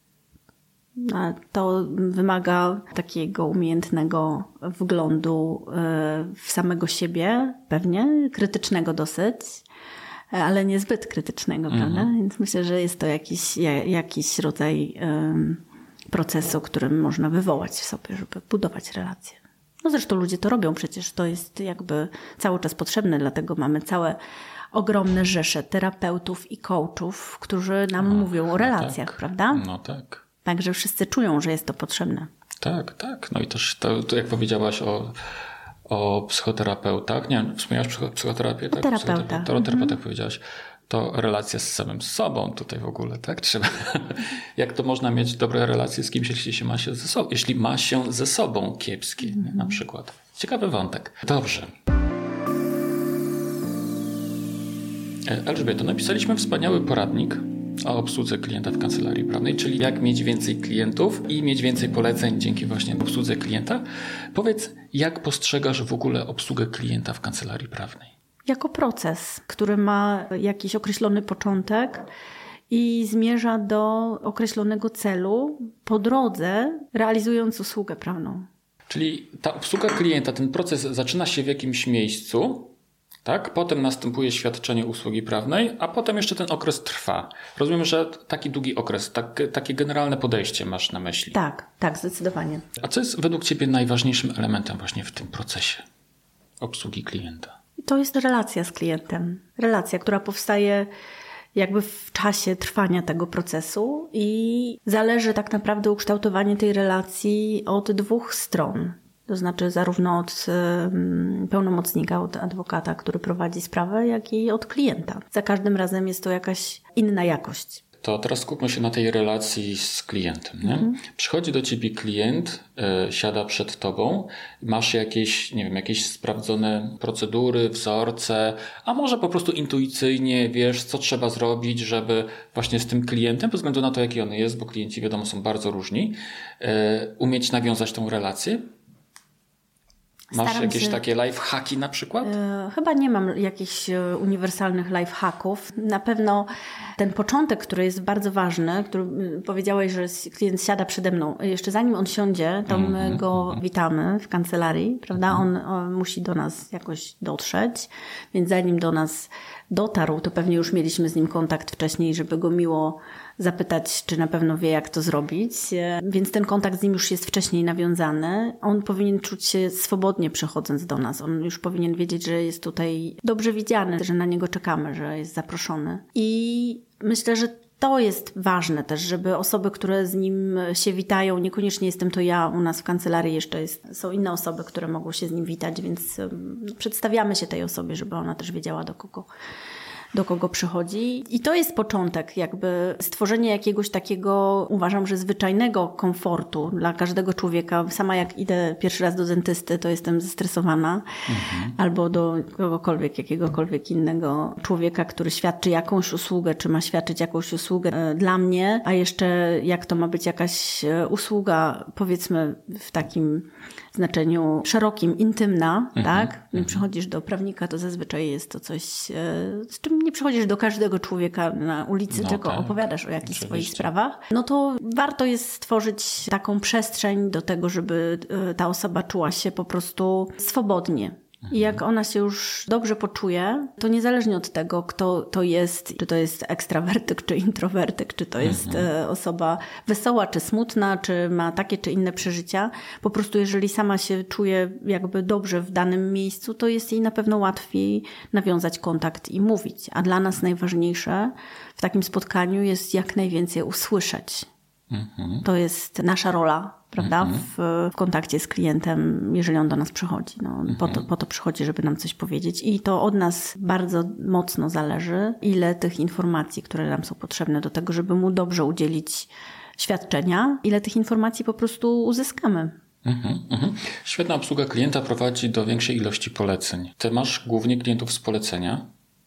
To wymaga takiego umiejętnego wglądu w samego siebie, pewnie, krytycznego dosyć, ale niezbyt krytycznego, mhm. prawda? Więc myślę, że jest to jakiś, jakiś rodzaj procesu, którym można wywołać w sobie, żeby budować relacje. No zresztą ludzie to robią przecież, to jest jakby cały czas potrzebne, dlatego mamy całe ogromne rzesze terapeutów i coachów, którzy nam no, mówią o relacjach, no tak, prawda? No tak. Także wszyscy czują, że jest to potrzebne. Tak, tak. No i też to, to jak powiedziałaś o, o psychoterapeutach, nie wiem, wspomniałaś psychoterapię? O tak? terapeuta. O terapeutach mhm. powiedziałaś. To relacja z samym sobą tutaj w ogóle, tak? Trzeba. Jak to można mieć dobre relacje z kimś, jeśli się ma się ze sobą, jeśli ma się ze sobą kiepskie, mm-hmm. na przykład. Ciekawy wątek. Dobrze. Elżbieto, napisaliśmy wspaniały poradnik o obsłudze klienta w kancelarii prawnej, czyli jak mieć więcej klientów i mieć więcej poleceń dzięki właśnie obsłudze klienta. Powiedz, jak postrzegasz w ogóle obsługę klienta w kancelarii prawnej? Jako proces, który ma jakiś określony początek i zmierza do określonego celu po drodze, realizując usługę prawną. Czyli ta obsługa klienta, ten proces zaczyna się w jakimś miejscu, tak? Potem następuje świadczenie usługi prawnej, a potem jeszcze ten okres trwa. Rozumiem, że taki długi okres, tak, takie generalne podejście masz na myśli. Tak, tak, zdecydowanie. A co jest według ciebie najważniejszym elementem właśnie w tym procesie obsługi klienta? To jest relacja z klientem. Relacja, która powstaje jakby w czasie trwania tego procesu i zależy tak naprawdę ukształtowanie tej relacji od dwóch stron. To znaczy zarówno od pełnomocnika, od adwokata, który prowadzi sprawę, jak i od klienta. Za każdym razem jest to jakaś inna jakość. to teraz skupmy się na tej relacji z klientem. Nie? Mhm. Przychodzi do ciebie klient, y, siada przed tobą, masz jakieś, nie wiem, jakieś sprawdzone procedury, wzorce, a może po prostu intuicyjnie wiesz, co trzeba zrobić, żeby właśnie z tym klientem, bez względu na to, jaki on jest, bo klienci, wiadomo, są bardzo różni, y, umieć nawiązać tą relację? Masz Staram jakieś się... takie lifehacki na przykład? Yy, chyba nie mam jakichś uniwersalnych lifehacków. Na pewno ten początek, który jest bardzo ważny, który powiedziałeś, że klient siada przede mną. Jeszcze zanim on siądzie, to my mm-hmm. go witamy w kancelarii, prawda? Mm-hmm. On, on musi do nas jakoś dotrzeć, więc zanim do nas dotarł, to pewnie już mieliśmy z nim kontakt wcześniej, żeby go miło zapytać, czy na pewno wie, jak to zrobić. Więc ten kontakt z nim już jest wcześniej nawiązany. On powinien czuć się swobodnie przychodząc do nas. On już powinien wiedzieć, że jest tutaj dobrze widziany, że na niego czekamy, że jest zaproszony. I myślę, że to jest ważne też, żeby osoby, które z nim się witają, niekoniecznie jestem to ja, u nas w kancelarii jeszcze jest, są inne osoby, które mogą się z nim witać, więc um, przedstawiamy się tej osobie, żeby ona też wiedziała, do kogo do kogo przychodzi. I to jest początek, jakby stworzenie jakiegoś takiego, uważam, że zwyczajnego komfortu dla każdego człowieka. Sama jak idę pierwszy raz do dentysty, to jestem zestresowana. Mhm. Albo do kogokolwiek, jakiegokolwiek innego człowieka, który świadczy jakąś usługę, czy ma świadczyć jakąś usługę dla mnie, a jeszcze jak to ma być jakaś usługa, powiedzmy w takim znaczeniu szerokim, intymna, mhm. tak? Przychodzisz do prawnika, to zazwyczaj jest to coś, z czym nie przychodzisz do każdego człowieka na ulicy, no tylko tak, opowiadasz o jakichś swoich sprawach. No to warto jest stworzyć taką przestrzeń do tego, żeby ta osoba czuła się po prostu swobodnie. I jak ona się już dobrze poczuje, to niezależnie od tego, kto to jest, czy to jest ekstrawertyk, czy introwertyk, czy to jest mhm. osoba wesoła, czy smutna, czy ma takie, czy inne przeżycia, po prostu jeżeli sama się czuje jakby dobrze w danym miejscu, to jest jej na pewno łatwiej nawiązać kontakt i mówić. A dla nas najważniejsze w takim spotkaniu jest jak najwięcej usłyszeć. Mhm. To jest nasza rola, prawda, mhm. w, w kontakcie z klientem, jeżeli on do nas przychodzi. No, mhm. po, to, po to przychodzi, żeby nam coś powiedzieć i to od nas bardzo mocno zależy, ile tych informacji, które nam są potrzebne do tego, żeby mu dobrze udzielić świadczenia, ile tych informacji po prostu uzyskamy. Mhm, mhm. Świetna obsługa klienta prowadzi do większej ilości poleceń. Ty masz głównie klientów z polecenia?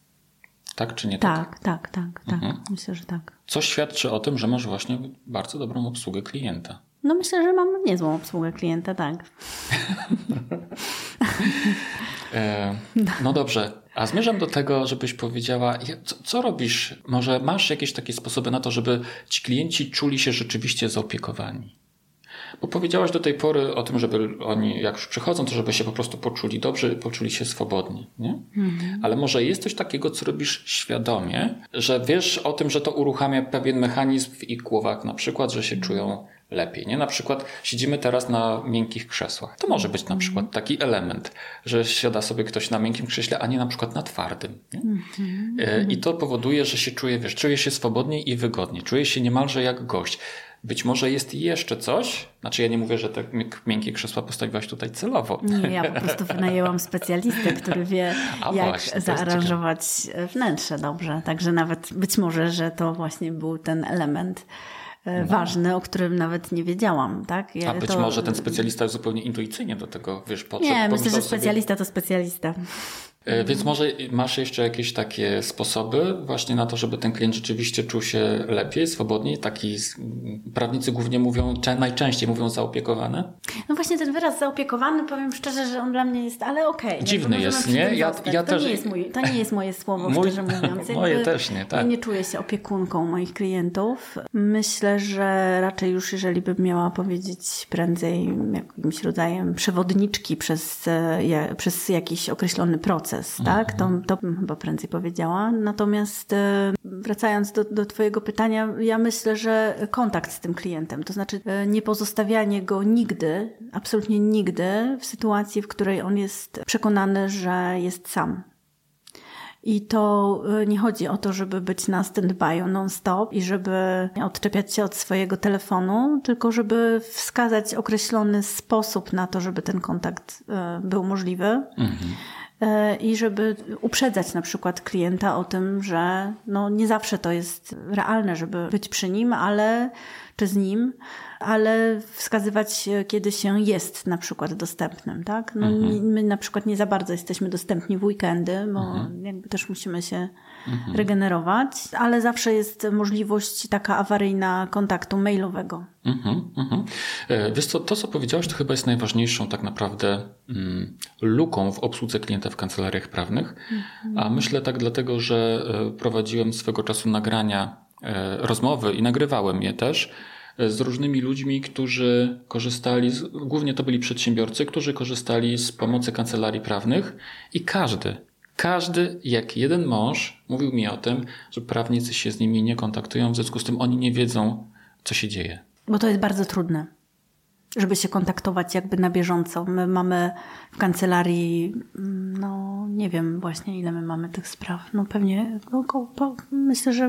Tak czy nie tak? Tak, tak, tak, tak. Mhm. Myślę, że tak. Co świadczy o tym, że masz właśnie bardzo dobrą obsługę klienta? No myślę, że mam niezłą obsługę klienta, tak. e, no dobrze, a zmierzam do tego, żebyś powiedziała, co, co robisz? Może masz jakieś takie sposoby na to, żeby ci klienci czuli się rzeczywiście zaopiekowani? Bo powiedziałaś do tej pory o tym, żeby oni jak już przychodzą, to żeby się po prostu poczuli dobrze, poczuli się swobodni, nie? Mhm. Ale może jest coś takiego, co robisz świadomie, że wiesz o tym, że to uruchamia pewien mechanizm w ich głowach, na przykład, że się czują lepiej, nie? Na przykład siedzimy teraz na miękkich krzesłach. To może być na przykład taki element, że siada sobie ktoś na miękkim krześle, a nie na przykład na twardym. Nie? Mhm. I to powoduje, że się czuje, wiesz, czuje się swobodniej i wygodniej. Czuje się niemalże jak gość. Być może jest jeszcze coś, znaczy ja nie mówię, że te miękkie krzesła postawiłaś tutaj celowo. Nie, ja po prostu wynajęłam specjalistę, który wie, A jak właśnie, zaaranżować wnętrze dobrze. Także nawet być może, że to właśnie był ten element no. ważny, o którym nawet nie wiedziałam. Tak? Ja A być to... może ten specjalista zupełnie intuicyjnie do tego, wiesz, podszedł. Nie, myślę, że specjalista sobie... to specjalista. Więc może masz jeszcze jakieś takie sposoby właśnie na to, żeby ten klient rzeczywiście czuł się lepiej, swobodniej? Taki prawnicy głównie mówią, najczęściej mówią zaopiekowany? No właśnie ten wyraz zaopiekowany, powiem szczerze, że on dla mnie jest, ale okej. Okay, dziwny jest, nie? Ja, ja to, też... nie jest mój, to nie jest moje słowo, mój... szczerze mówiąc. Moje Jakby też nie, tak. Ja nie czuję się opiekunką moich klientów. Myślę, że raczej już jeżeli bym miała powiedzieć prędzej jakimś rodzajem przewodniczki przez, przez jakiś określony proces, tak? To, to bym chyba prędzej powiedziała. Natomiast wracając do, do twojego pytania, ja myślę, że kontakt z tym klientem, to znaczy nie pozostawianie go nigdy, absolutnie nigdy w sytuacji, w której on jest przekonany, że jest sam. I to nie chodzi o to, żeby być na stand-by non-stop i żeby odczepiać się od swojego telefonu, tylko żeby wskazać określony sposób na to, żeby ten kontakt był możliwy. Mhm. i żeby uprzedzać na przykład klienta o tym, że no nie zawsze to jest realne, żeby być przy nim, ale czy z nim, ale wskazywać, kiedy się jest na przykład dostępnym, tak? No, mhm. My na przykład nie za bardzo jesteśmy dostępni w weekendy, bo mhm. jakby też musimy się mhm. regenerować, ale zawsze jest możliwość taka awaryjna kontaktu mailowego. Mhm, mhm. Wiesz co, to co powiedziałaś, to chyba jest najważniejszą tak naprawdę mm, luką w obsłudze klienta w kancelariach prawnych, mhm. a myślę tak dlatego, że prowadziłem swego czasu nagrania, rozmowy i nagrywałem je też z różnymi ludźmi, którzy korzystali, z, głównie to byli przedsiębiorcy, którzy korzystali z pomocy kancelarii prawnych i każdy, każdy jak jeden mąż mówił mi o tym, że prawnicy się z nimi nie kontaktują, w związku z tym oni nie wiedzą, co się dzieje. Bo to jest bardzo trudne, żeby się kontaktować jakby na bieżąco. My mamy w kancelarii, no nie wiem właśnie ile my mamy tych spraw, no pewnie około, myślę, że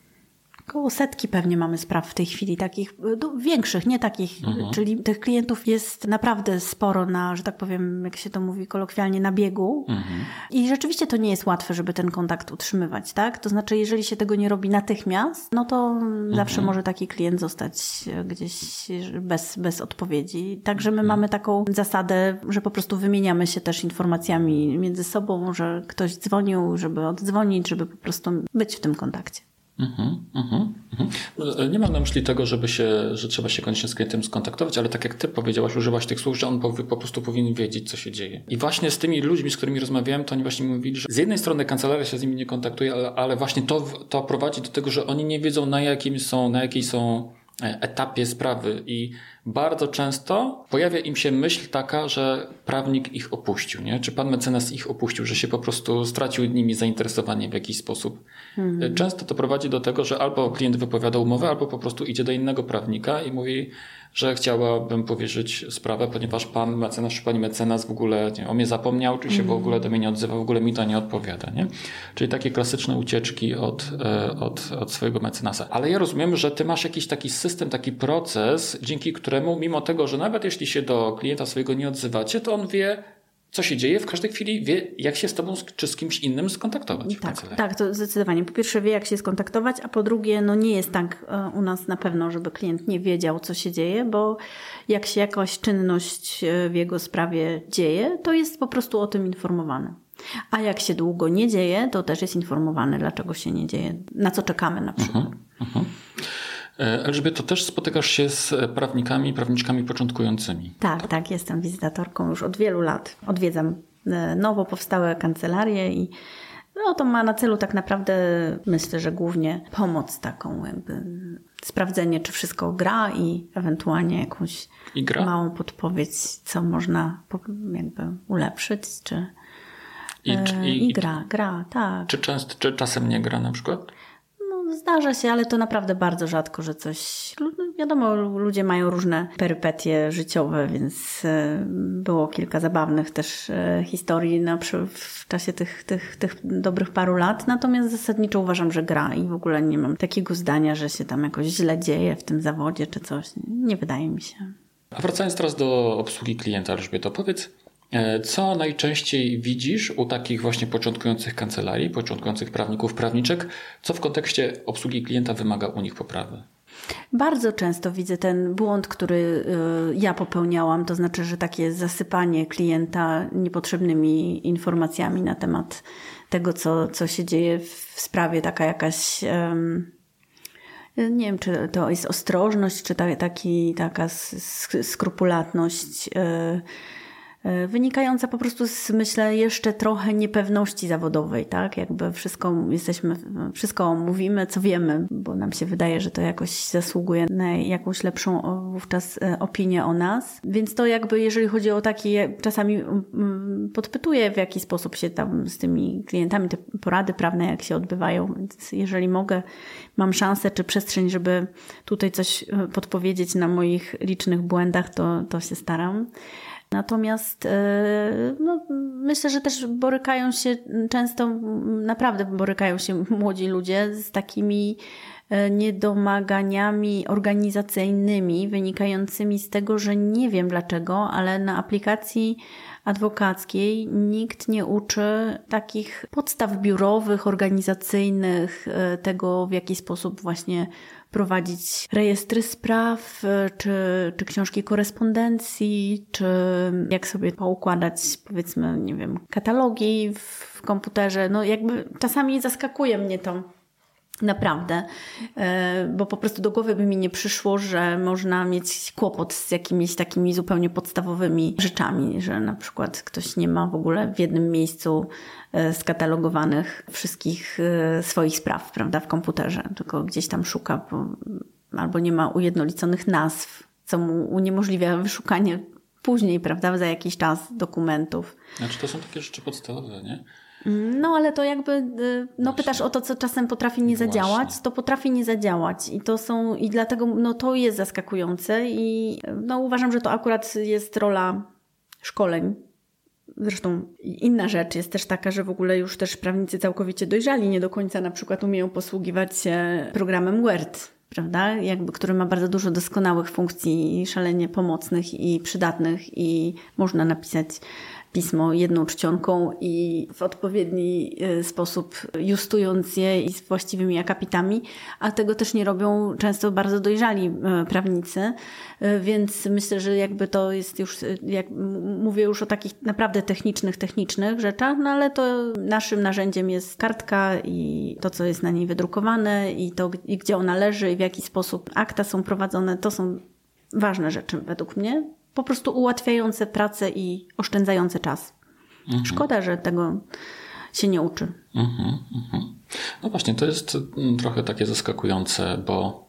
około setki pewnie mamy spraw w tej chwili, takich większych, nie takich, mhm. czyli tych klientów jest naprawdę sporo na, że tak powiem, jak się to mówi kolokwialnie, na biegu. Mhm. I rzeczywiście to nie jest łatwe, żeby ten kontakt utrzymywać, tak? To znaczy, jeżeli się tego nie robi natychmiast, no to mhm. zawsze może taki klient zostać gdzieś bez, bez odpowiedzi. Także my mhm. mamy taką zasadę, że po prostu wymieniamy się też informacjami między sobą, że ktoś dzwonił, żeby oddzwonić, żeby po prostu być w tym kontakcie. Mhm, mhm, mhm. Nie mam na myśli tego, żeby się, że trzeba się koniecznie z klientem skontaktować, ale tak jak ty powiedziałaś, używaś tych słów, że on po, po prostu powinien wiedzieć, co się dzieje. I właśnie z tymi ludźmi, z którymi rozmawiałem, to oni właśnie mówili, że z jednej strony kancelaria się z nimi nie kontaktuje, ale, ale właśnie to, to prowadzi do tego, że oni nie wiedzą, na jakim są, na jakiej są etapie sprawy i bardzo często pojawia im się myśl taka, że prawnik ich opuścił, nie? Czy pan mecenas ich opuścił, że się po prostu stracił nimi zainteresowanie w jakiś sposób. Mhm. Często to prowadzi do tego, że albo klient wypowiada umowę, albo po prostu idzie do innego prawnika i mówi, że chciałabym powierzyć sprawę, ponieważ pan mecenas czy pani mecenas w ogóle nie, o mnie zapomniał, czy się mhm. w ogóle do mnie nie odzywa, w ogóle mi to nie odpowiada, nie? Czyli takie klasyczne ucieczki od, od, od swojego mecenasa. Ale ja rozumiem, że ty masz jakiś taki system, taki proces, dzięki któremu mimo tego, że nawet jeśli się do klienta swojego nie odzywacie, to on wie, co się dzieje, w każdej chwili wie, jak się z tobą czy z kimś innym skontaktować. Tak, tak, to zdecydowanie. Po pierwsze wie, jak się skontaktować, a po drugie, no nie jest tak u nas na pewno, żeby klient nie wiedział, co się dzieje, bo jak się jakaś czynność w jego sprawie dzieje, to jest po prostu o tym informowany. A jak się długo nie dzieje, to też jest informowany, dlaczego się nie dzieje, na co czekamy na przykład. Uh-huh, uh-huh. Elżbieto, też spotykasz się z prawnikami, prawniczkami początkującymi. Tak, tak, tak, jestem wizytatorką już od wielu lat. Odwiedzam nowo powstałe kancelarie i no, to ma na celu tak naprawdę, myślę, że głównie pomoc taką, jakby sprawdzenie, czy wszystko gra i ewentualnie jakąś I gra? małą podpowiedź, co można jakby ulepszyć, czy I, i, i gra, gra, tak. Czy, często, czy czasem nie gra na przykład? Zdarza się, ale to naprawdę bardzo rzadko, że coś... Wiadomo, ludzie mają różne perypetie życiowe, więc było kilka zabawnych też historii na, w czasie tych, tych, tych dobrych paru lat. Natomiast zasadniczo uważam, że gra i w ogóle nie mam takiego zdania, że się tam jakoś źle dzieje w tym zawodzie czy coś. Nie wydaje mi się. A wracając teraz do obsługi klienta, Elżbieto, powiedz, co najczęściej widzisz u takich właśnie początkujących kancelarii, początkujących prawników, prawniczek, co w kontekście obsługi klienta wymaga u nich poprawy? Bardzo często widzę ten błąd, który ja popełniałam, to znaczy, że takie zasypanie klienta niepotrzebnymi informacjami na temat tego, co, co się dzieje w sprawie, taka jakaś... Um, nie wiem, czy to jest ostrożność, czy ta, taki, taka skrupulatność... Yy, wynikająca po prostu z, myślę, jeszcze trochę niepewności zawodowej, tak? Jakby wszystko jesteśmy, wszystko mówimy, co wiemy, bo nam się wydaje, że to jakoś zasługuje na jakąś lepszą wówczas opinię o nas. Więc to jakby, jeżeli chodzi o takie, czasami podpytuję, w jaki sposób się tam z tymi klientami, te porady prawne, jak się odbywają. Więc jeżeli mogę, mam szansę czy przestrzeń, żeby tutaj coś podpowiedzieć na moich licznych błędach, to, to się staram. Natomiast no, myślę, że też borykają się często, naprawdę borykają się młodzi ludzie z takimi niedomaganiami organizacyjnymi wynikającymi z tego, że nie wiem dlaczego, ale na aplikacji adwokackiej nikt nie uczy takich podstaw biurowych, organizacyjnych, tego w jaki sposób właśnie prowadzić rejestry spraw, czy, czy książki korespondencji, czy jak sobie poukładać, powiedzmy, nie wiem, katalogi w komputerze. No jakby czasami zaskakuje mnie to. Naprawdę, bo po prostu do głowy by mi nie przyszło, że można mieć kłopot z jakimiś takimi zupełnie podstawowymi rzeczami, że na przykład ktoś nie ma w ogóle w jednym miejscu skatalogowanych wszystkich swoich spraw, prawda, w komputerze, tylko gdzieś tam szuka, bo, albo nie ma ujednoliconych nazw, co mu uniemożliwia wyszukanie później, prawda, za jakiś czas dokumentów. Znaczy to są takie rzeczy podstawowe, nie? No ale to jakby, no pytasz o to, co czasem potrafi nie zadziałać, Właśnie. to potrafi nie zadziałać i to są, i dlatego no to jest zaskakujące i no uważam, że to akurat jest rola szkoleń. Zresztą inna rzecz jest też taka, że w ogóle już też prawnicy całkowicie dojrzali, nie do końca na przykład umieją posługiwać się programem Word, prawda? Jakby, który ma bardzo dużo doskonałych funkcji, szalenie pomocnych i przydatnych i można napisać pismo jedną czcionką i w odpowiedni sposób justując je i z właściwymi akapitami, a tego też nie robią często bardzo dojrzali prawnicy, więc myślę, że jakby to jest już, jak mówię już o takich naprawdę technicznych, technicznych rzeczach, no ale to naszym narzędziem jest kartka i to, co jest na niej wydrukowane i to, i gdzie ona leży i w jaki sposób akta są prowadzone, to są ważne rzeczy według mnie. Po prostu ułatwiające pracę i oszczędzające czas. Mhm. Szkoda, że tego się nie uczy. Mhm, mhm. No właśnie, to jest trochę takie zaskakujące, bo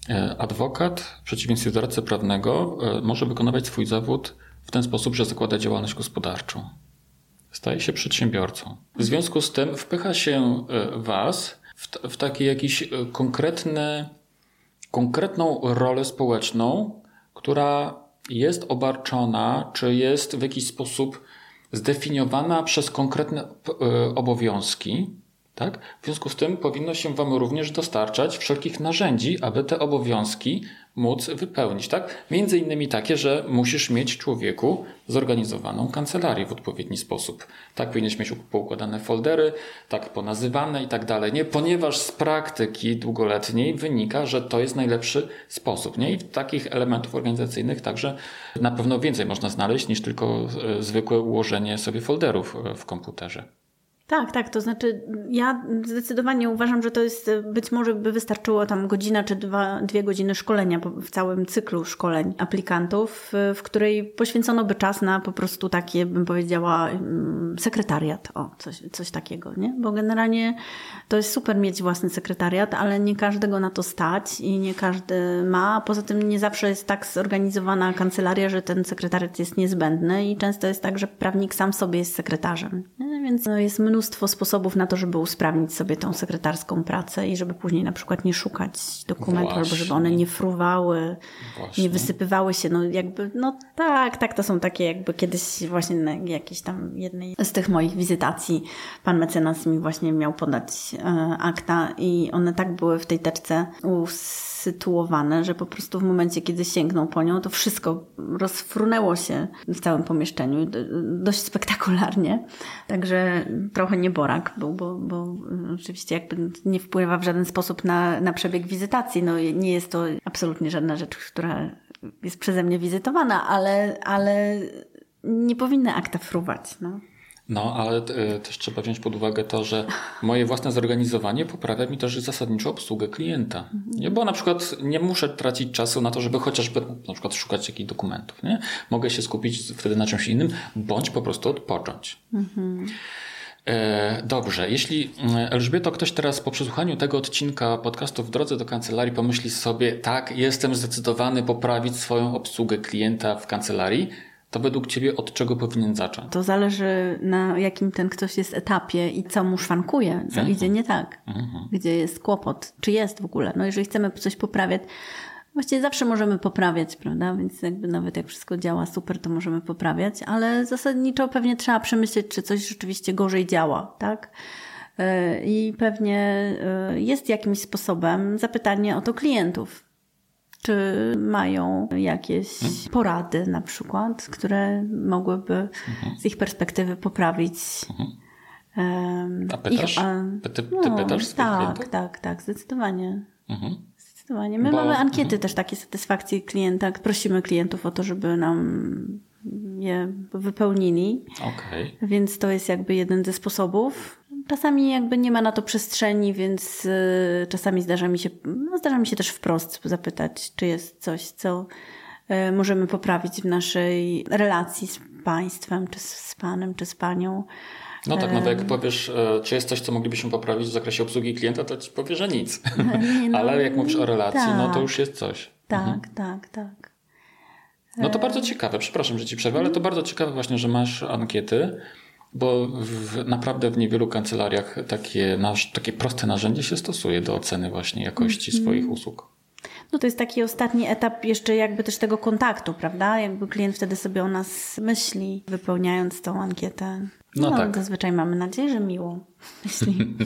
adwokat w przeciwieństwie do radcy prawnego może wykonywać swój zawód w ten sposób, że zakłada działalność gospodarczą. Staje się przedsiębiorcą. W związku z tym wpycha się was w, t- w takie jakieś konkretne, konkretną rolę społeczną, która jest obarczona, czy jest w jakiś sposób zdefiniowana przez konkretne obowiązki, tak? W związku z tym powinno się wam również dostarczać wszelkich narzędzi, aby te obowiązki móc wypełnić, tak? Między innymi takie, że musisz mieć, człowieku, zorganizowaną kancelarię w odpowiedni sposób. Tak powinieneś mieć poukładane foldery, tak ponazywane i tak dalej, nie? Ponieważ z praktyki długoletniej wynika, że to jest najlepszy sposób, nie? I takich elementów organizacyjnych także na pewno więcej można znaleźć niż tylko zwykłe ułożenie sobie folderów w komputerze. Tak, tak, to znaczy ja zdecydowanie uważam, że to jest, być może by wystarczyło tam godzina czy dwa, dwie godziny szkolenia w całym cyklu szkoleń aplikantów, w której poświęcono by czas na po prostu takie, bym powiedziała, sekretariat, o, coś, coś takiego, nie? Bo generalnie to jest super mieć własny sekretariat, ale nie każdego na to stać i nie każdy ma, poza tym nie zawsze jest tak zorganizowana kancelaria, że ten sekretariat jest niezbędny i często jest tak, że prawnik sam sobie jest sekretarzem, nie? Więc no, jest mnóstwo sposobów na to, żeby usprawnić sobie tą sekretarską pracę i żeby później na przykład nie szukać dokumentów, Właśnie. albo żeby one nie fruwały, Właśnie. nie wysypywały się. No jakby, no tak, tak, to są takie jakby kiedyś właśnie na jakiejś tam jednej z tych moich wizytacji pan mecenas mi właśnie miał podać e, akta i one tak były w tej teczce usytuowane, że po prostu w momencie, kiedy sięgnął po nią, to wszystko rozfrunęło się w całym pomieszczeniu. Dość spektakularnie. Także trochę nieborak był, bo, bo oczywiście jakby nie wpływa w żaden sposób na, na przebieg wizytacji. No nie jest to absolutnie żadna rzecz, która jest przeze mnie wizytowana, ale, ale nie powinny akta fruwać. No. No, ale y, też trzeba wziąć pod uwagę to, że moje własne zorganizowanie poprawia mi też zasadniczo obsługę klienta. Mhm. Nie? Bo na przykład nie muszę tracić czasu na to, żeby chociażby na przykład szukać jakichś dokumentów. Nie? Mogę się skupić wtedy na czymś innym, bądź po prostu odpocząć. Mhm. E, dobrze, jeśli Elżbieto, ktoś teraz po przesłuchaniu tego odcinka podcastu W drodze do kancelarii pomyśli sobie, tak, jestem zdecydowany poprawić swoją obsługę klienta w kancelarii, to według ciebie od czego powinien zacząć? To zależy na jakim ten ktoś jest etapie i co mu szwankuje, co mhm. idzie nie tak, mhm. gdzie jest kłopot, czy jest w ogóle. No jeżeli chcemy coś poprawiać, Właściwie zawsze możemy poprawiać, prawda? Więc jakby nawet jak wszystko działa super, to możemy poprawiać, ale zasadniczo pewnie trzeba przemyśleć, czy coś rzeczywiście gorzej działa, tak? I pewnie jest jakimś sposobem zapytanie o to klientów. Czy mają jakieś hmm? porady na przykład, które mogłyby hmm. z ich perspektywy poprawić hmm. A pytasz? Ich, a, ty, ty no, pytasz swoich tak, klientów? tak, tak, zdecydowanie. Hmm. Zdecydowanie. My Bo, mamy ankiety hmm. też takie satysfakcji klienta. Prosimy klientów o to, żeby nam je wypełnili. Okay. Więc to jest jakby jeden ze sposobów. Czasami jakby nie ma na to przestrzeni, więc y, czasami zdarza mi się, no zdarza mi się też wprost zapytać, czy jest coś, co y, możemy poprawić w naszej relacji z państwem, czy z, z panem, czy z panią. No tak, no jak powiesz, czy jest coś, co moglibyśmy poprawić w zakresie obsługi klienta, to ci powie, że nic. Nie, no, ale jak mówisz o relacji, tak, no to już jest coś. Tak, mhm. tak, tak. No to bardzo ciekawe, przepraszam, że ci przerwę, ale to bardzo ciekawe właśnie, że masz ankiety, bo w, naprawdę w niewielu kancelariach takie, nasz, takie proste narzędzie się stosuje do oceny właśnie jakości mm-hmm. swoich usług. No to jest taki ostatni etap jeszcze jakby też tego kontaktu, prawda? Jakby klient wtedy sobie o nas myśli, wypełniając tą ankietę. No, no tak. Zazwyczaj mamy nadzieję, że miło myśli.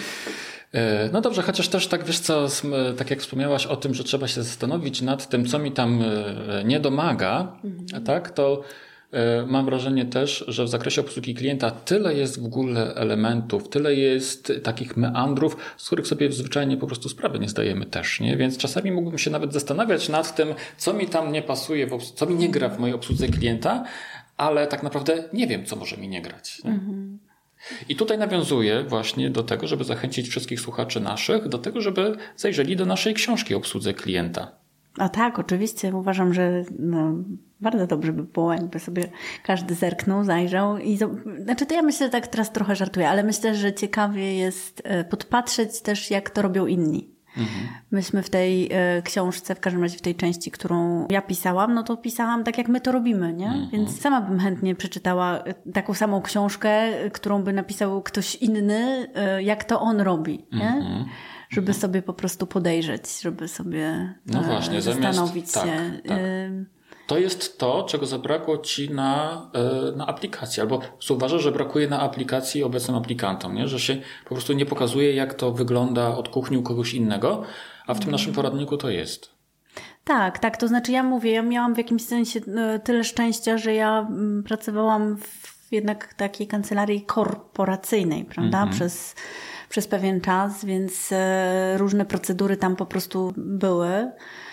No dobrze, chociaż też tak wiesz co, tak jak wspomniałaś o tym, że trzeba się zastanowić nad tym, co mi tam nie domaga, mhm. tak, to mam wrażenie też, że w zakresie obsługi klienta tyle jest w ogóle elementów, tyle jest takich meandrów, z których sobie zwyczajnie po prostu sprawy nie zdajemy też, nie? Więc czasami mógłbym się nawet zastanawiać nad tym, co mi tam nie pasuje, w obs- co mi nie gra w mojej obsłudze klienta, ale tak naprawdę nie wiem, co może mi nie grać. Nie? Mhm. I tutaj nawiązuję właśnie do tego, żeby zachęcić wszystkich słuchaczy naszych do tego, żeby zajrzeli do naszej książki o obsłudze klienta. A tak, oczywiście. Uważam, że no, bardzo dobrze by było, jakby sobie każdy zerknął, zajrzał. I znaczy to ja myślę, że tak teraz trochę żartuję, ale myślę, że ciekawie jest podpatrzeć też, jak to robią inni. Mhm. Myśmy w tej y, książce, w każdym razie w tej części, którą ja pisałam, no to pisałam tak, jak my to robimy, nie? Mhm. Więc sama bym chętnie przeczytała taką samą książkę, którą by napisał ktoś inny, y, jak to on robi, nie? Mhm. Żeby mhm. sobie po prostu podejrzeć, żeby sobie no właśnie, zastanowić zamiast, się. Tak, tak. Y, To jest to, czego zabrakło ci na, na aplikacji. Albo uważasz, że brakuje na aplikacji obecnym aplikantom, nie? Że się po prostu nie pokazuje, jak to wygląda od kuchni u kogoś innego, a w tym naszym poradniku to jest. Tak, tak. To znaczy ja mówię, ja miałam w jakimś sensie tyle szczęścia, że ja pracowałam w jednak takiej kancelarii korporacyjnej, prawda? Mm-hmm. Przez, przez pewien czas, więc różne procedury tam po prostu były.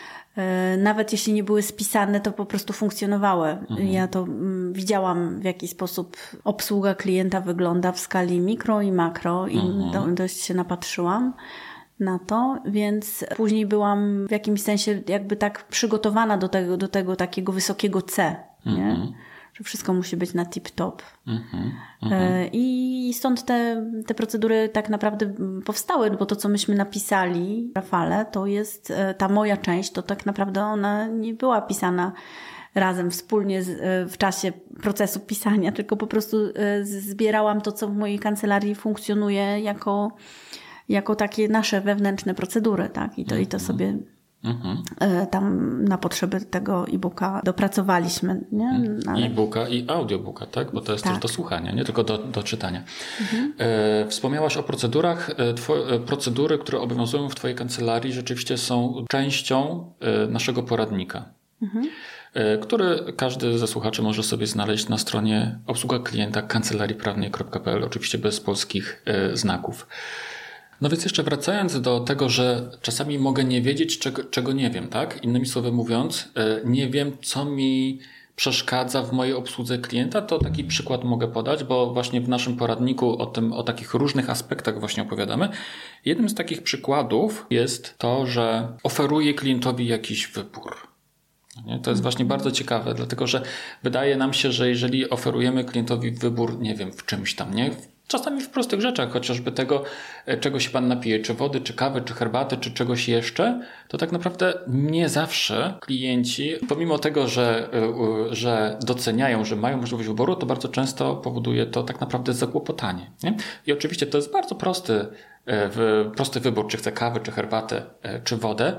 Nawet jeśli nie były spisane, to po prostu funkcjonowały. Mhm. Ja to mm, widziałam, w jaki sposób obsługa klienta wygląda w skali mikro i makro i mhm. do, dość się napatrzyłam na to, więc później byłam w jakimś sensie jakby tak przygotowana do tego, do tego takiego wysokiego C, nie? Mhm. Że wszystko musi być na tip-top. Mhm, mhm. I stąd te, te procedury tak naprawdę powstały, bo to, co myśmy napisali, Rafale, to jest ta moja część, to tak naprawdę ona nie była pisana razem, wspólnie z, w czasie procesu pisania, tylko po prostu zbierałam to, co w mojej kancelarii funkcjonuje jako, jako takie nasze wewnętrzne procedury, tak? I to, mhm. i to sobie... Mhm. tam na potrzeby tego e-booka dopracowaliśmy. Nie? Ale... E-booka i audiobooka, tak? Bo to jest tak. też do słuchania, nie tylko do, do czytania. Mhm. E, wspomniałaś o procedurach. Two, procedury, które obowiązują w twojej kancelarii, rzeczywiście są częścią e, naszego poradnika, mhm. e, który każdy ze słuchaczy może sobie znaleźć na stronie obsługa klienta kancelarii prawnej kropka p l, oczywiście bez polskich e, znaków. No więc jeszcze wracając do tego, że czasami mogę nie wiedzieć, czego, czego nie wiem, tak? Innymi słowy mówiąc, nie wiem, co mi przeszkadza w mojej obsłudze klienta, to taki przykład mogę podać, bo właśnie w naszym poradniku o tym, o takich różnych aspektach właśnie opowiadamy. Jednym z takich przykładów jest to, że oferuję klientowi jakiś wybór. Nie? To jest właśnie bardzo ciekawe, dlatego że wydaje nam się, że jeżeli oferujemy klientowi wybór, nie wiem, w czymś tam, nie? Czasami w prostych rzeczach, chociażby tego, czego się pan napije, czy wody, czy kawy, czy herbaty, czy czegoś jeszcze, to tak naprawdę nie zawsze klienci, pomimo tego, że, że doceniają, że mają możliwość wyboru, to bardzo często powoduje to tak naprawdę zakłopotanie. Nie? I oczywiście to jest bardzo prosty, prosty wybór, czy chce kawę, czy herbatę, czy wodę,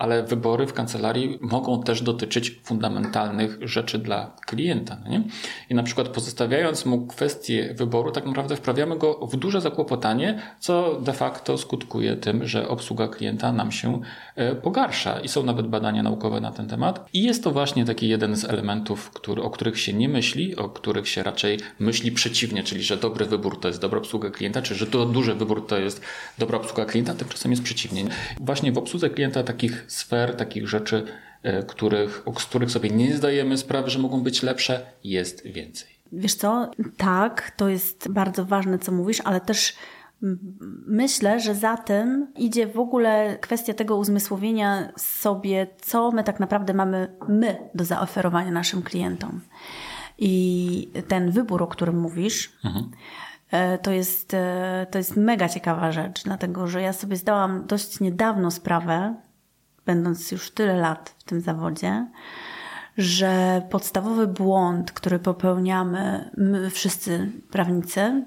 ale wybory w kancelarii mogą też dotyczyć fundamentalnych rzeczy dla klienta. No nie? I na przykład pozostawiając mu kwestię wyboru, tak naprawdę wprawiamy go w duże zakłopotanie, co de facto skutkuje tym, że obsługa klienta nam się pogarsza. I są nawet badania naukowe na ten temat. I jest to właśnie taki jeden z elementów, który, o których się nie myśli, o których się raczej myśli przeciwnie, czyli że dobry wybór to jest dobra obsługa klienta, czy że to duży wybór to jest dobra obsługa klienta, tymczasem jest przeciwnie. Właśnie w obsłudze klienta takich sfer, takich rzeczy, których, z których sobie nie zdajemy sprawy, że mogą być lepsze, jest więcej. Wiesz co, tak, to jest bardzo ważne, co mówisz, ale też myślę, że za tym idzie w ogóle kwestia tego uzmysłowienia sobie, co my tak naprawdę mamy my do zaoferowania naszym klientom. I ten wybór, o którym mówisz, mhm. to jest, to jest mega ciekawa rzecz, dlatego że ja sobie zdałam dość niedawno sprawę, będąc już tyle lat w tym zawodzie, że podstawowy błąd, który popełniamy my wszyscy prawnicy,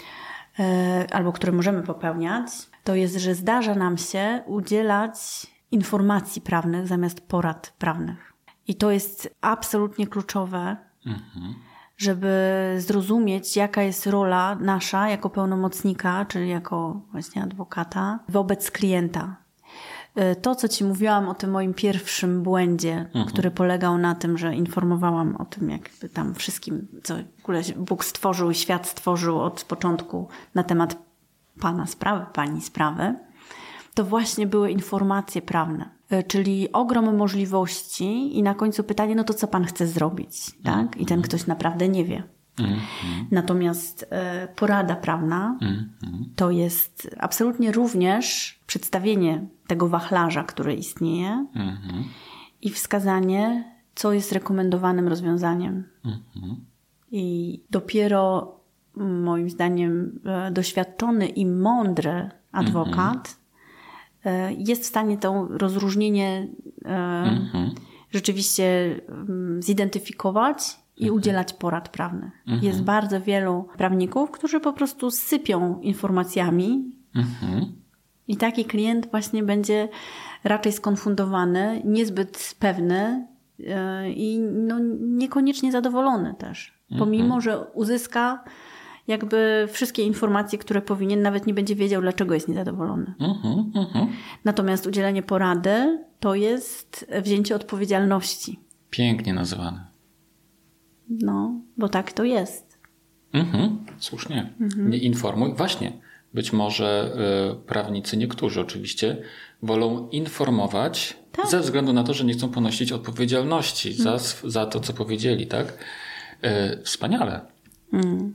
albo który możemy popełniać, to jest, że zdarza nam się udzielać informacji prawnych zamiast porad prawnych. I to jest absolutnie kluczowe, mhm. żeby zrozumieć, jaka jest rola nasza jako pełnomocnika, czyli jako właśnie adwokata wobec klienta. To, co ci mówiłam o tym moim pierwszym błędzie, mhm. który polegał na tym, że informowałam o tym, jakby tam wszystkim, co w ogóle Bóg stworzył i świat stworzył od początku na temat pana sprawy, pani sprawy, to właśnie były informacje prawne, czyli ogrom możliwości i na końcu pytanie, no to co pan chce zrobić, tak? I ten ktoś naprawdę nie wie. Mm-hmm. Natomiast e, porada prawna mm-hmm. to jest absolutnie również przedstawienie tego wachlarza, który istnieje mm-hmm. i wskazanie, co jest rekomendowanym rozwiązaniem. Mm-hmm. I dopiero moim zdaniem e, doświadczony i mądry adwokat mm-hmm. e, jest w stanie to rozróżnienie e, mm-hmm. rzeczywiście m, zidentyfikować i udzielać porad prawnych. Mhm. Jest bardzo wielu prawników, którzy po prostu sypią informacjami mhm. i taki klient właśnie będzie raczej skonfundowany, niezbyt pewny yy, i no, niekoniecznie zadowolony też. Mhm. Pomimo, że uzyska jakby wszystkie informacje, które powinien, nawet nie będzie wiedział, dlaczego jest niezadowolony. Mhm. Mhm. Natomiast udzielenie porady to jest wzięcie odpowiedzialności. Pięknie nazywane. No, bo tak to jest. Mhm, słusznie. Mhm. Nie informuj. Właśnie, być może y, prawnicy, niektórzy oczywiście, wolą informować tak. ze względu na to, że nie chcą ponosić odpowiedzialności mhm. za, za to, co powiedzieli, tak? Y, wspaniale. Mhm.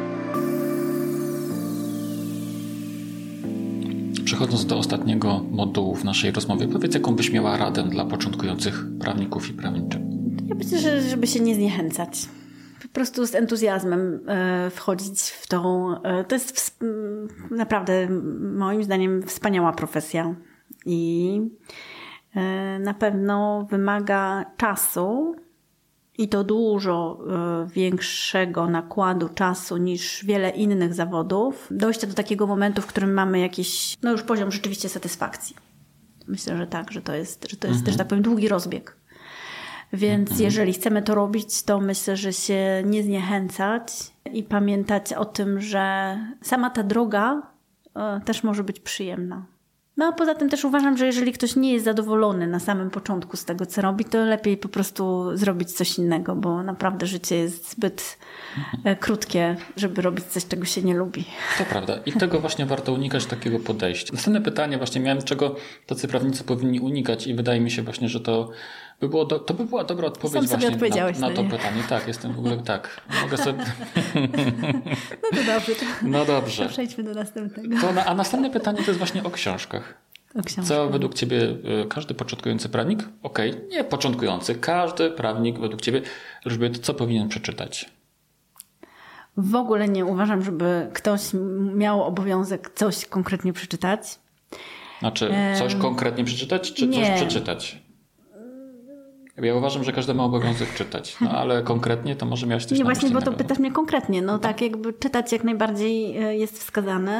Przechodząc do ostatniego modułu w naszej rozmowie, powiedz, jaką byś miała radę dla początkujących prawników i prawniczych? Ja myślę, że żeby się nie zniechęcać. Po prostu z entuzjazmem e, wchodzić w tą... E, to jest w, naprawdę moim zdaniem wspaniała profesja. I e, na pewno wymaga czasu i to dużo e, większego nakładu czasu niż wiele innych zawodów. Dojście do takiego momentu, w którym mamy jakiś, no już poziom rzeczywiście satysfakcji. Myślę, że tak, że to jest, że to jest mhm. też, tak powiem, długi rozbieg. Więc mhm. jeżeli chcemy to robić, to myślę, że się nie zniechęcać i pamiętać o tym, że sama ta droga e, też może być przyjemna. No a poza tym też uważam, że jeżeli ktoś nie jest zadowolony na samym początku z tego, co robi, to lepiej po prostu zrobić coś innego, bo naprawdę życie jest zbyt mhm. krótkie, żeby robić coś, czego się nie lubi. To prawda. I tego właśnie warto unikać, takiego podejścia. Następne pytanie właśnie miałem, czego tacy prawnicy powinni unikać i wydaje mi się właśnie, że to by było do, to by była dobra odpowiedź Sam właśnie sobie na, na to pytanie. Tak, jestem w ogóle tak. Mogę sobie... No to dobrze. To, no dobrze. To przejdźmy do następnego. To na, a następne pytanie to jest właśnie o książkach. O książkach. Co według Ciebie każdy początkujący prawnik, okej, okay, nie początkujący, każdy prawnik według Ciebie, Elżbieta, co powinien przeczytać? W ogóle nie uważam, żeby ktoś miał obowiązek coś konkretnie przeczytać. Znaczy coś um, konkretnie przeczytać, czy nie. coś przeczytać? Ja uważam, że każdy ma obowiązek czytać, no ale konkretnie to może miałeś coś Nie na właśnie, myśli bo to pytasz mnie konkretnie. No tak jakby czytać jak najbardziej jest wskazane,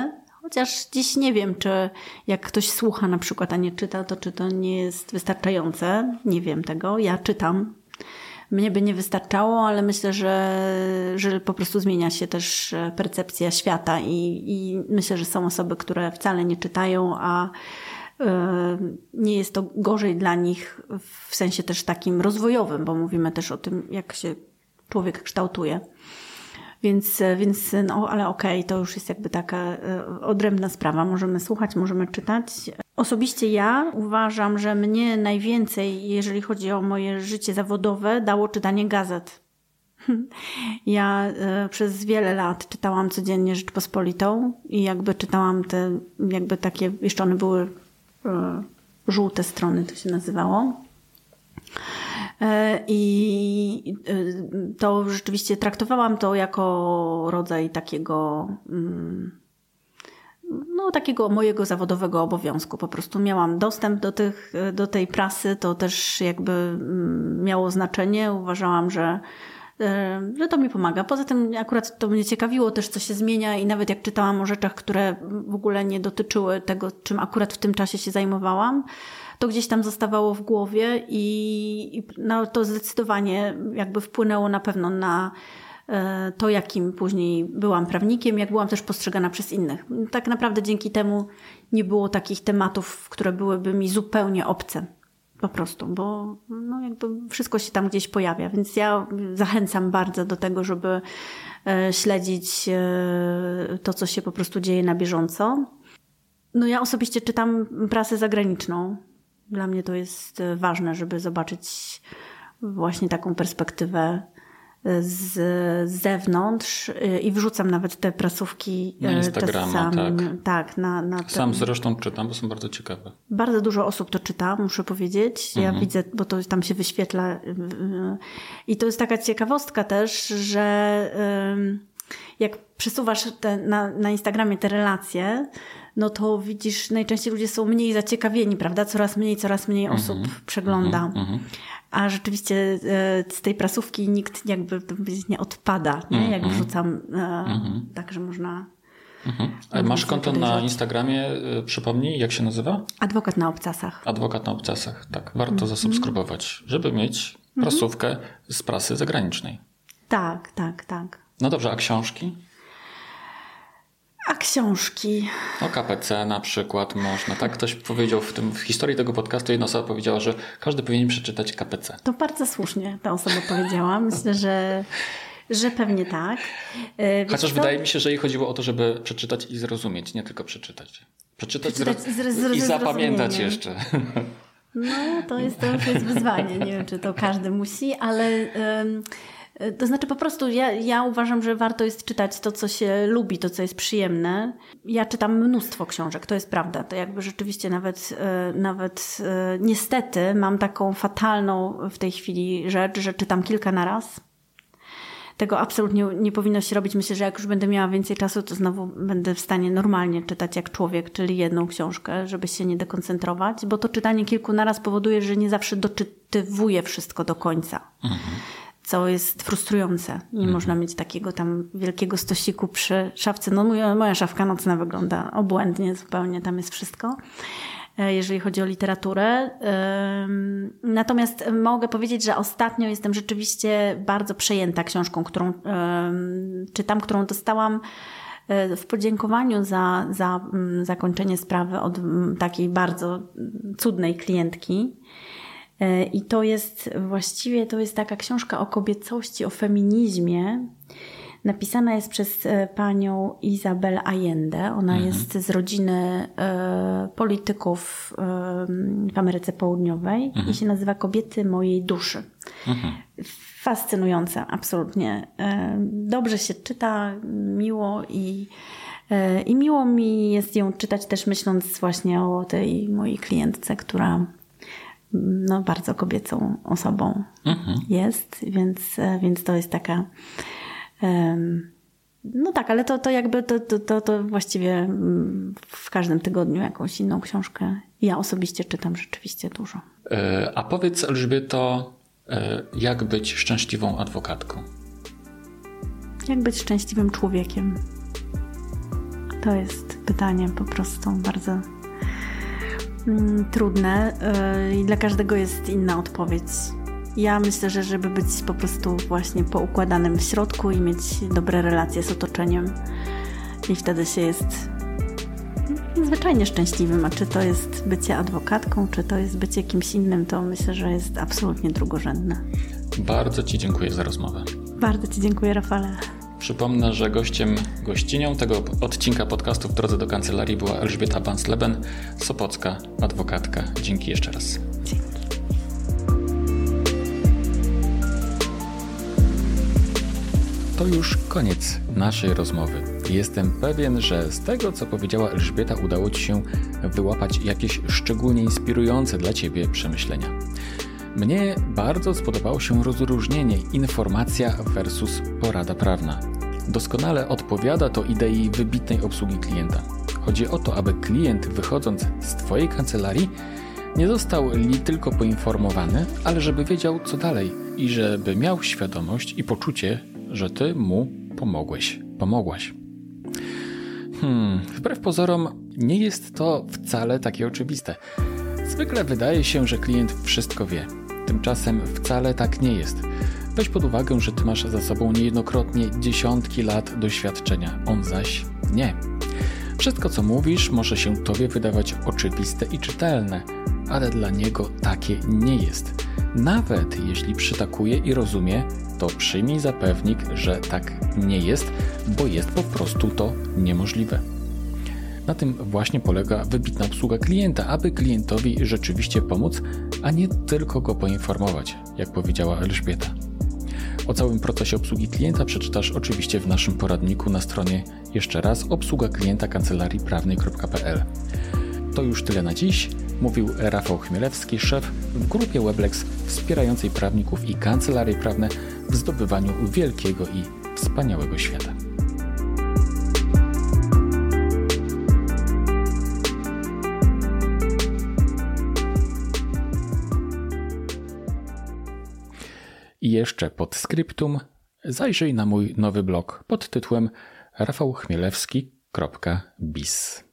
Chociaż dziś nie wiem, czy jak ktoś słucha na przykład, a nie czyta, to czy to nie jest wystarczające. Nie wiem tego. Ja czytam. Mnie by nie wystarczało, ale myślę, że, że po prostu zmienia się też percepcja świata i, i myślę, że są osoby, które wcale nie czytają, a y, nie jest to gorzej dla nich w sensie też takim rozwojowym, bo mówimy też o tym, jak się człowiek kształtuje. Więc, więc no ale okej, okay, to już jest jakby taka odrębna sprawa. Możemy słuchać, możemy czytać. Osobiście ja uważam, że mnie najwięcej, jeżeli chodzi o moje życie zawodowe, dało czytanie gazet. Ja y, przez wiele lat czytałam codziennie Rzeczpospolitą i jakby czytałam te, jakby takie, jeszcze one były y, żółte strony, to się nazywało. I to rzeczywiście traktowałam to jako rodzaj takiego, no takiego mojego zawodowego obowiązku. Po prostu miałam dostęp do tych, do tej prasy, to też jakby miało znaczenie. Uważałam, że, że to mi pomaga. Poza tym akurat to mnie ciekawiło też, co się zmienia i nawet jak czytałam o rzeczach, które w ogóle nie dotyczyły tego, czym akurat w tym czasie się zajmowałam, to gdzieś tam zostawało w głowie i no, to zdecydowanie jakby wpłynęło na pewno na to, jakim później byłam prawnikiem, jak byłam też postrzegana przez innych. Tak naprawdę dzięki temu nie było takich tematów, które byłyby mi zupełnie obce. Po prostu, bo no jakby wszystko się tam gdzieś pojawia. Więc ja zachęcam bardzo do tego, żeby śledzić to, co się po prostu dzieje na bieżąco. No ja osobiście czytam prasę zagraniczną. Dla mnie to jest ważne, żeby zobaczyć właśnie taką perspektywę z zewnątrz i wrzucam nawet te prasówki na Instagrama, samym, tak. tak na, na Sam zresztą czytam, bo są bardzo ciekawe. Bardzo dużo osób to czyta, muszę powiedzieć. Ja mhm. widzę, bo to tam się wyświetla. I to jest taka ciekawostka też, że jak przesuwasz te, na, na Instagramie te relacje, no to widzisz, najczęściej ludzie są mniej zaciekawieni, prawda? Coraz mniej, coraz mniej osób mm-hmm. przegląda. Mm-hmm. A rzeczywiście z tej prasówki nikt jakby nie odpada, nie? Jak wrzucam, mm-hmm. tak, że można... Mm-hmm. A masz konto na Instagramie, przypomnij, jak się nazywa? Adwokat na obcasach. Adwokat na obcasach, tak. Warto mm-hmm. zasubskrybować, żeby mieć prasówkę mm-hmm. z prasy zagranicznej. Tak, tak, tak. No dobrze, a książki? A książki? O K P C na przykład można. Tak ktoś powiedział w tym w historii tego podcastu, jedna osoba powiedziała, że każdy powinien przeczytać K P C. To bardzo słusznie ta osoba powiedziała. Myślę, że, że pewnie tak. Wiesz Chociaż co? Wydaje mi się, że jej chodziło o to, żeby przeczytać i zrozumieć, nie tylko przeczytać. Przeczytać, przeczytać zro... z, z, i zapamiętać jeszcze. No to jest, to już jest wyzwanie. Nie wiem, czy to każdy musi, ale... Um... To znaczy po prostu ja, ja uważam, że warto jest czytać to, co się lubi, to, co jest przyjemne. Ja czytam mnóstwo książek, to jest prawda. To jakby rzeczywiście nawet, nawet niestety mam taką fatalną w tej chwili rzecz, że czytam kilka na raz. Tego absolutnie nie powinno się robić. Myślę, że jak już będę miała więcej czasu, to znowu będę w stanie normalnie czytać jak człowiek, czyli jedną książkę, żeby się nie dekoncentrować, bo to czytanie kilku naraz powoduje, że nie zawsze doczytywuję wszystko do końca. Mhm. Co jest frustrujące. Nie mhm. można mieć takiego tam wielkiego stosiku przy szafce. No moja, moja szafka nocna wygląda obłędnie zupełnie, tam jest wszystko, jeżeli chodzi o literaturę. Natomiast mogę powiedzieć, że ostatnio jestem rzeczywiście bardzo przejęta książką, którą czytam, którą dostałam w podziękowaniu za, za zakończenie sprawy od takiej bardzo cudnej klientki. I to jest właściwie, to jest taka książka o kobiecości, o feminizmie. Napisana jest przez panią Isabel Allende. Ona mhm. jest z rodziny e, polityków e, w Ameryce Południowej mhm. i się nazywa Kobiety mojej duszy. Mhm. Fascynująca, absolutnie. E, dobrze się czyta, miło i, e, i miło mi jest ją czytać też myśląc właśnie o tej mojej klientce, która no, bardzo kobiecą osobą mhm. jest, więc, więc to jest taka um, no tak, ale to, to jakby to, to, to, to właściwie w każdym tygodniu jakąś inną książkę. Ja osobiście czytam rzeczywiście dużo. A powiedz, Elżbieto, jak być szczęśliwą adwokatką? Jak być szczęśliwym człowiekiem. To jest pytanie po prostu bardzo mm, trudne yy, i dla każdego jest inna odpowiedź. Ja myślę, że żeby być po prostu właśnie poukładanym w środku i mieć dobre relacje z otoczeniem i wtedy się jest zwyczajnie szczęśliwym, a czy to jest bycie adwokatką, czy to jest bycie kimś innym, to myślę, że jest absolutnie drugorzędne. Bardzo Ci dziękuję za rozmowę. Bardzo Ci dziękuję, Rafale. Przypomnę, że gościem, gościnią tego odcinka podcastu W drodze do kancelarii była Elżbieta Bansleben, sopocka adwokatka. Dzięki jeszcze raz. Dzięki. To już koniec naszej rozmowy. Jestem pewien, że z tego, co powiedziała Elżbieta, udało Ci się wyłapać jakieś szczególnie inspirujące dla Ciebie przemyślenia. Mnie bardzo spodobało się rozróżnienie informacja versus porada prawna. Doskonale odpowiada to idei wybitnej obsługi klienta. Chodzi o to, aby klient, wychodząc z Twojej kancelarii, nie został li tylko poinformowany, ale żeby wiedział, co dalej i żeby miał świadomość i poczucie, że Ty mu pomogłeś, pomogłaś. Hmm, wbrew pozorom nie jest to wcale takie oczywiste. Zwykle wydaje się, że klient wszystko wie. Tymczasem wcale tak nie jest. Weź pod uwagę, że Ty masz za sobą niejednokrotnie dziesiątki lat doświadczenia, on zaś nie. Wszystko, co mówisz, może się Tobie wydawać oczywiste i czytelne, ale dla niego takie nie jest. Nawet jeśli przytakuje i rozumie, to przyjmij za pewnik, że tak nie jest, bo jest po prostu to niemożliwe. Na tym właśnie polega wybitna obsługa klienta, aby klientowi rzeczywiście pomóc, a nie tylko go poinformować, jak powiedziała Elżbieta. O całym procesie obsługi klienta przeczytasz oczywiście w naszym poradniku na stronie jeszcze raz obsługa klienta kancelarii prawnej kropka p l. To już tyle na dziś. Mówił Rafał Chmielewski, szef w grupie Weblex wspierającej prawników i kancelarie prawne w zdobywaniu wielkiego i wspaniałego świata. I jeszcze pod skryptum zajrzyj na mój nowy blog pod tytułem rafał chmielewski kropka biz.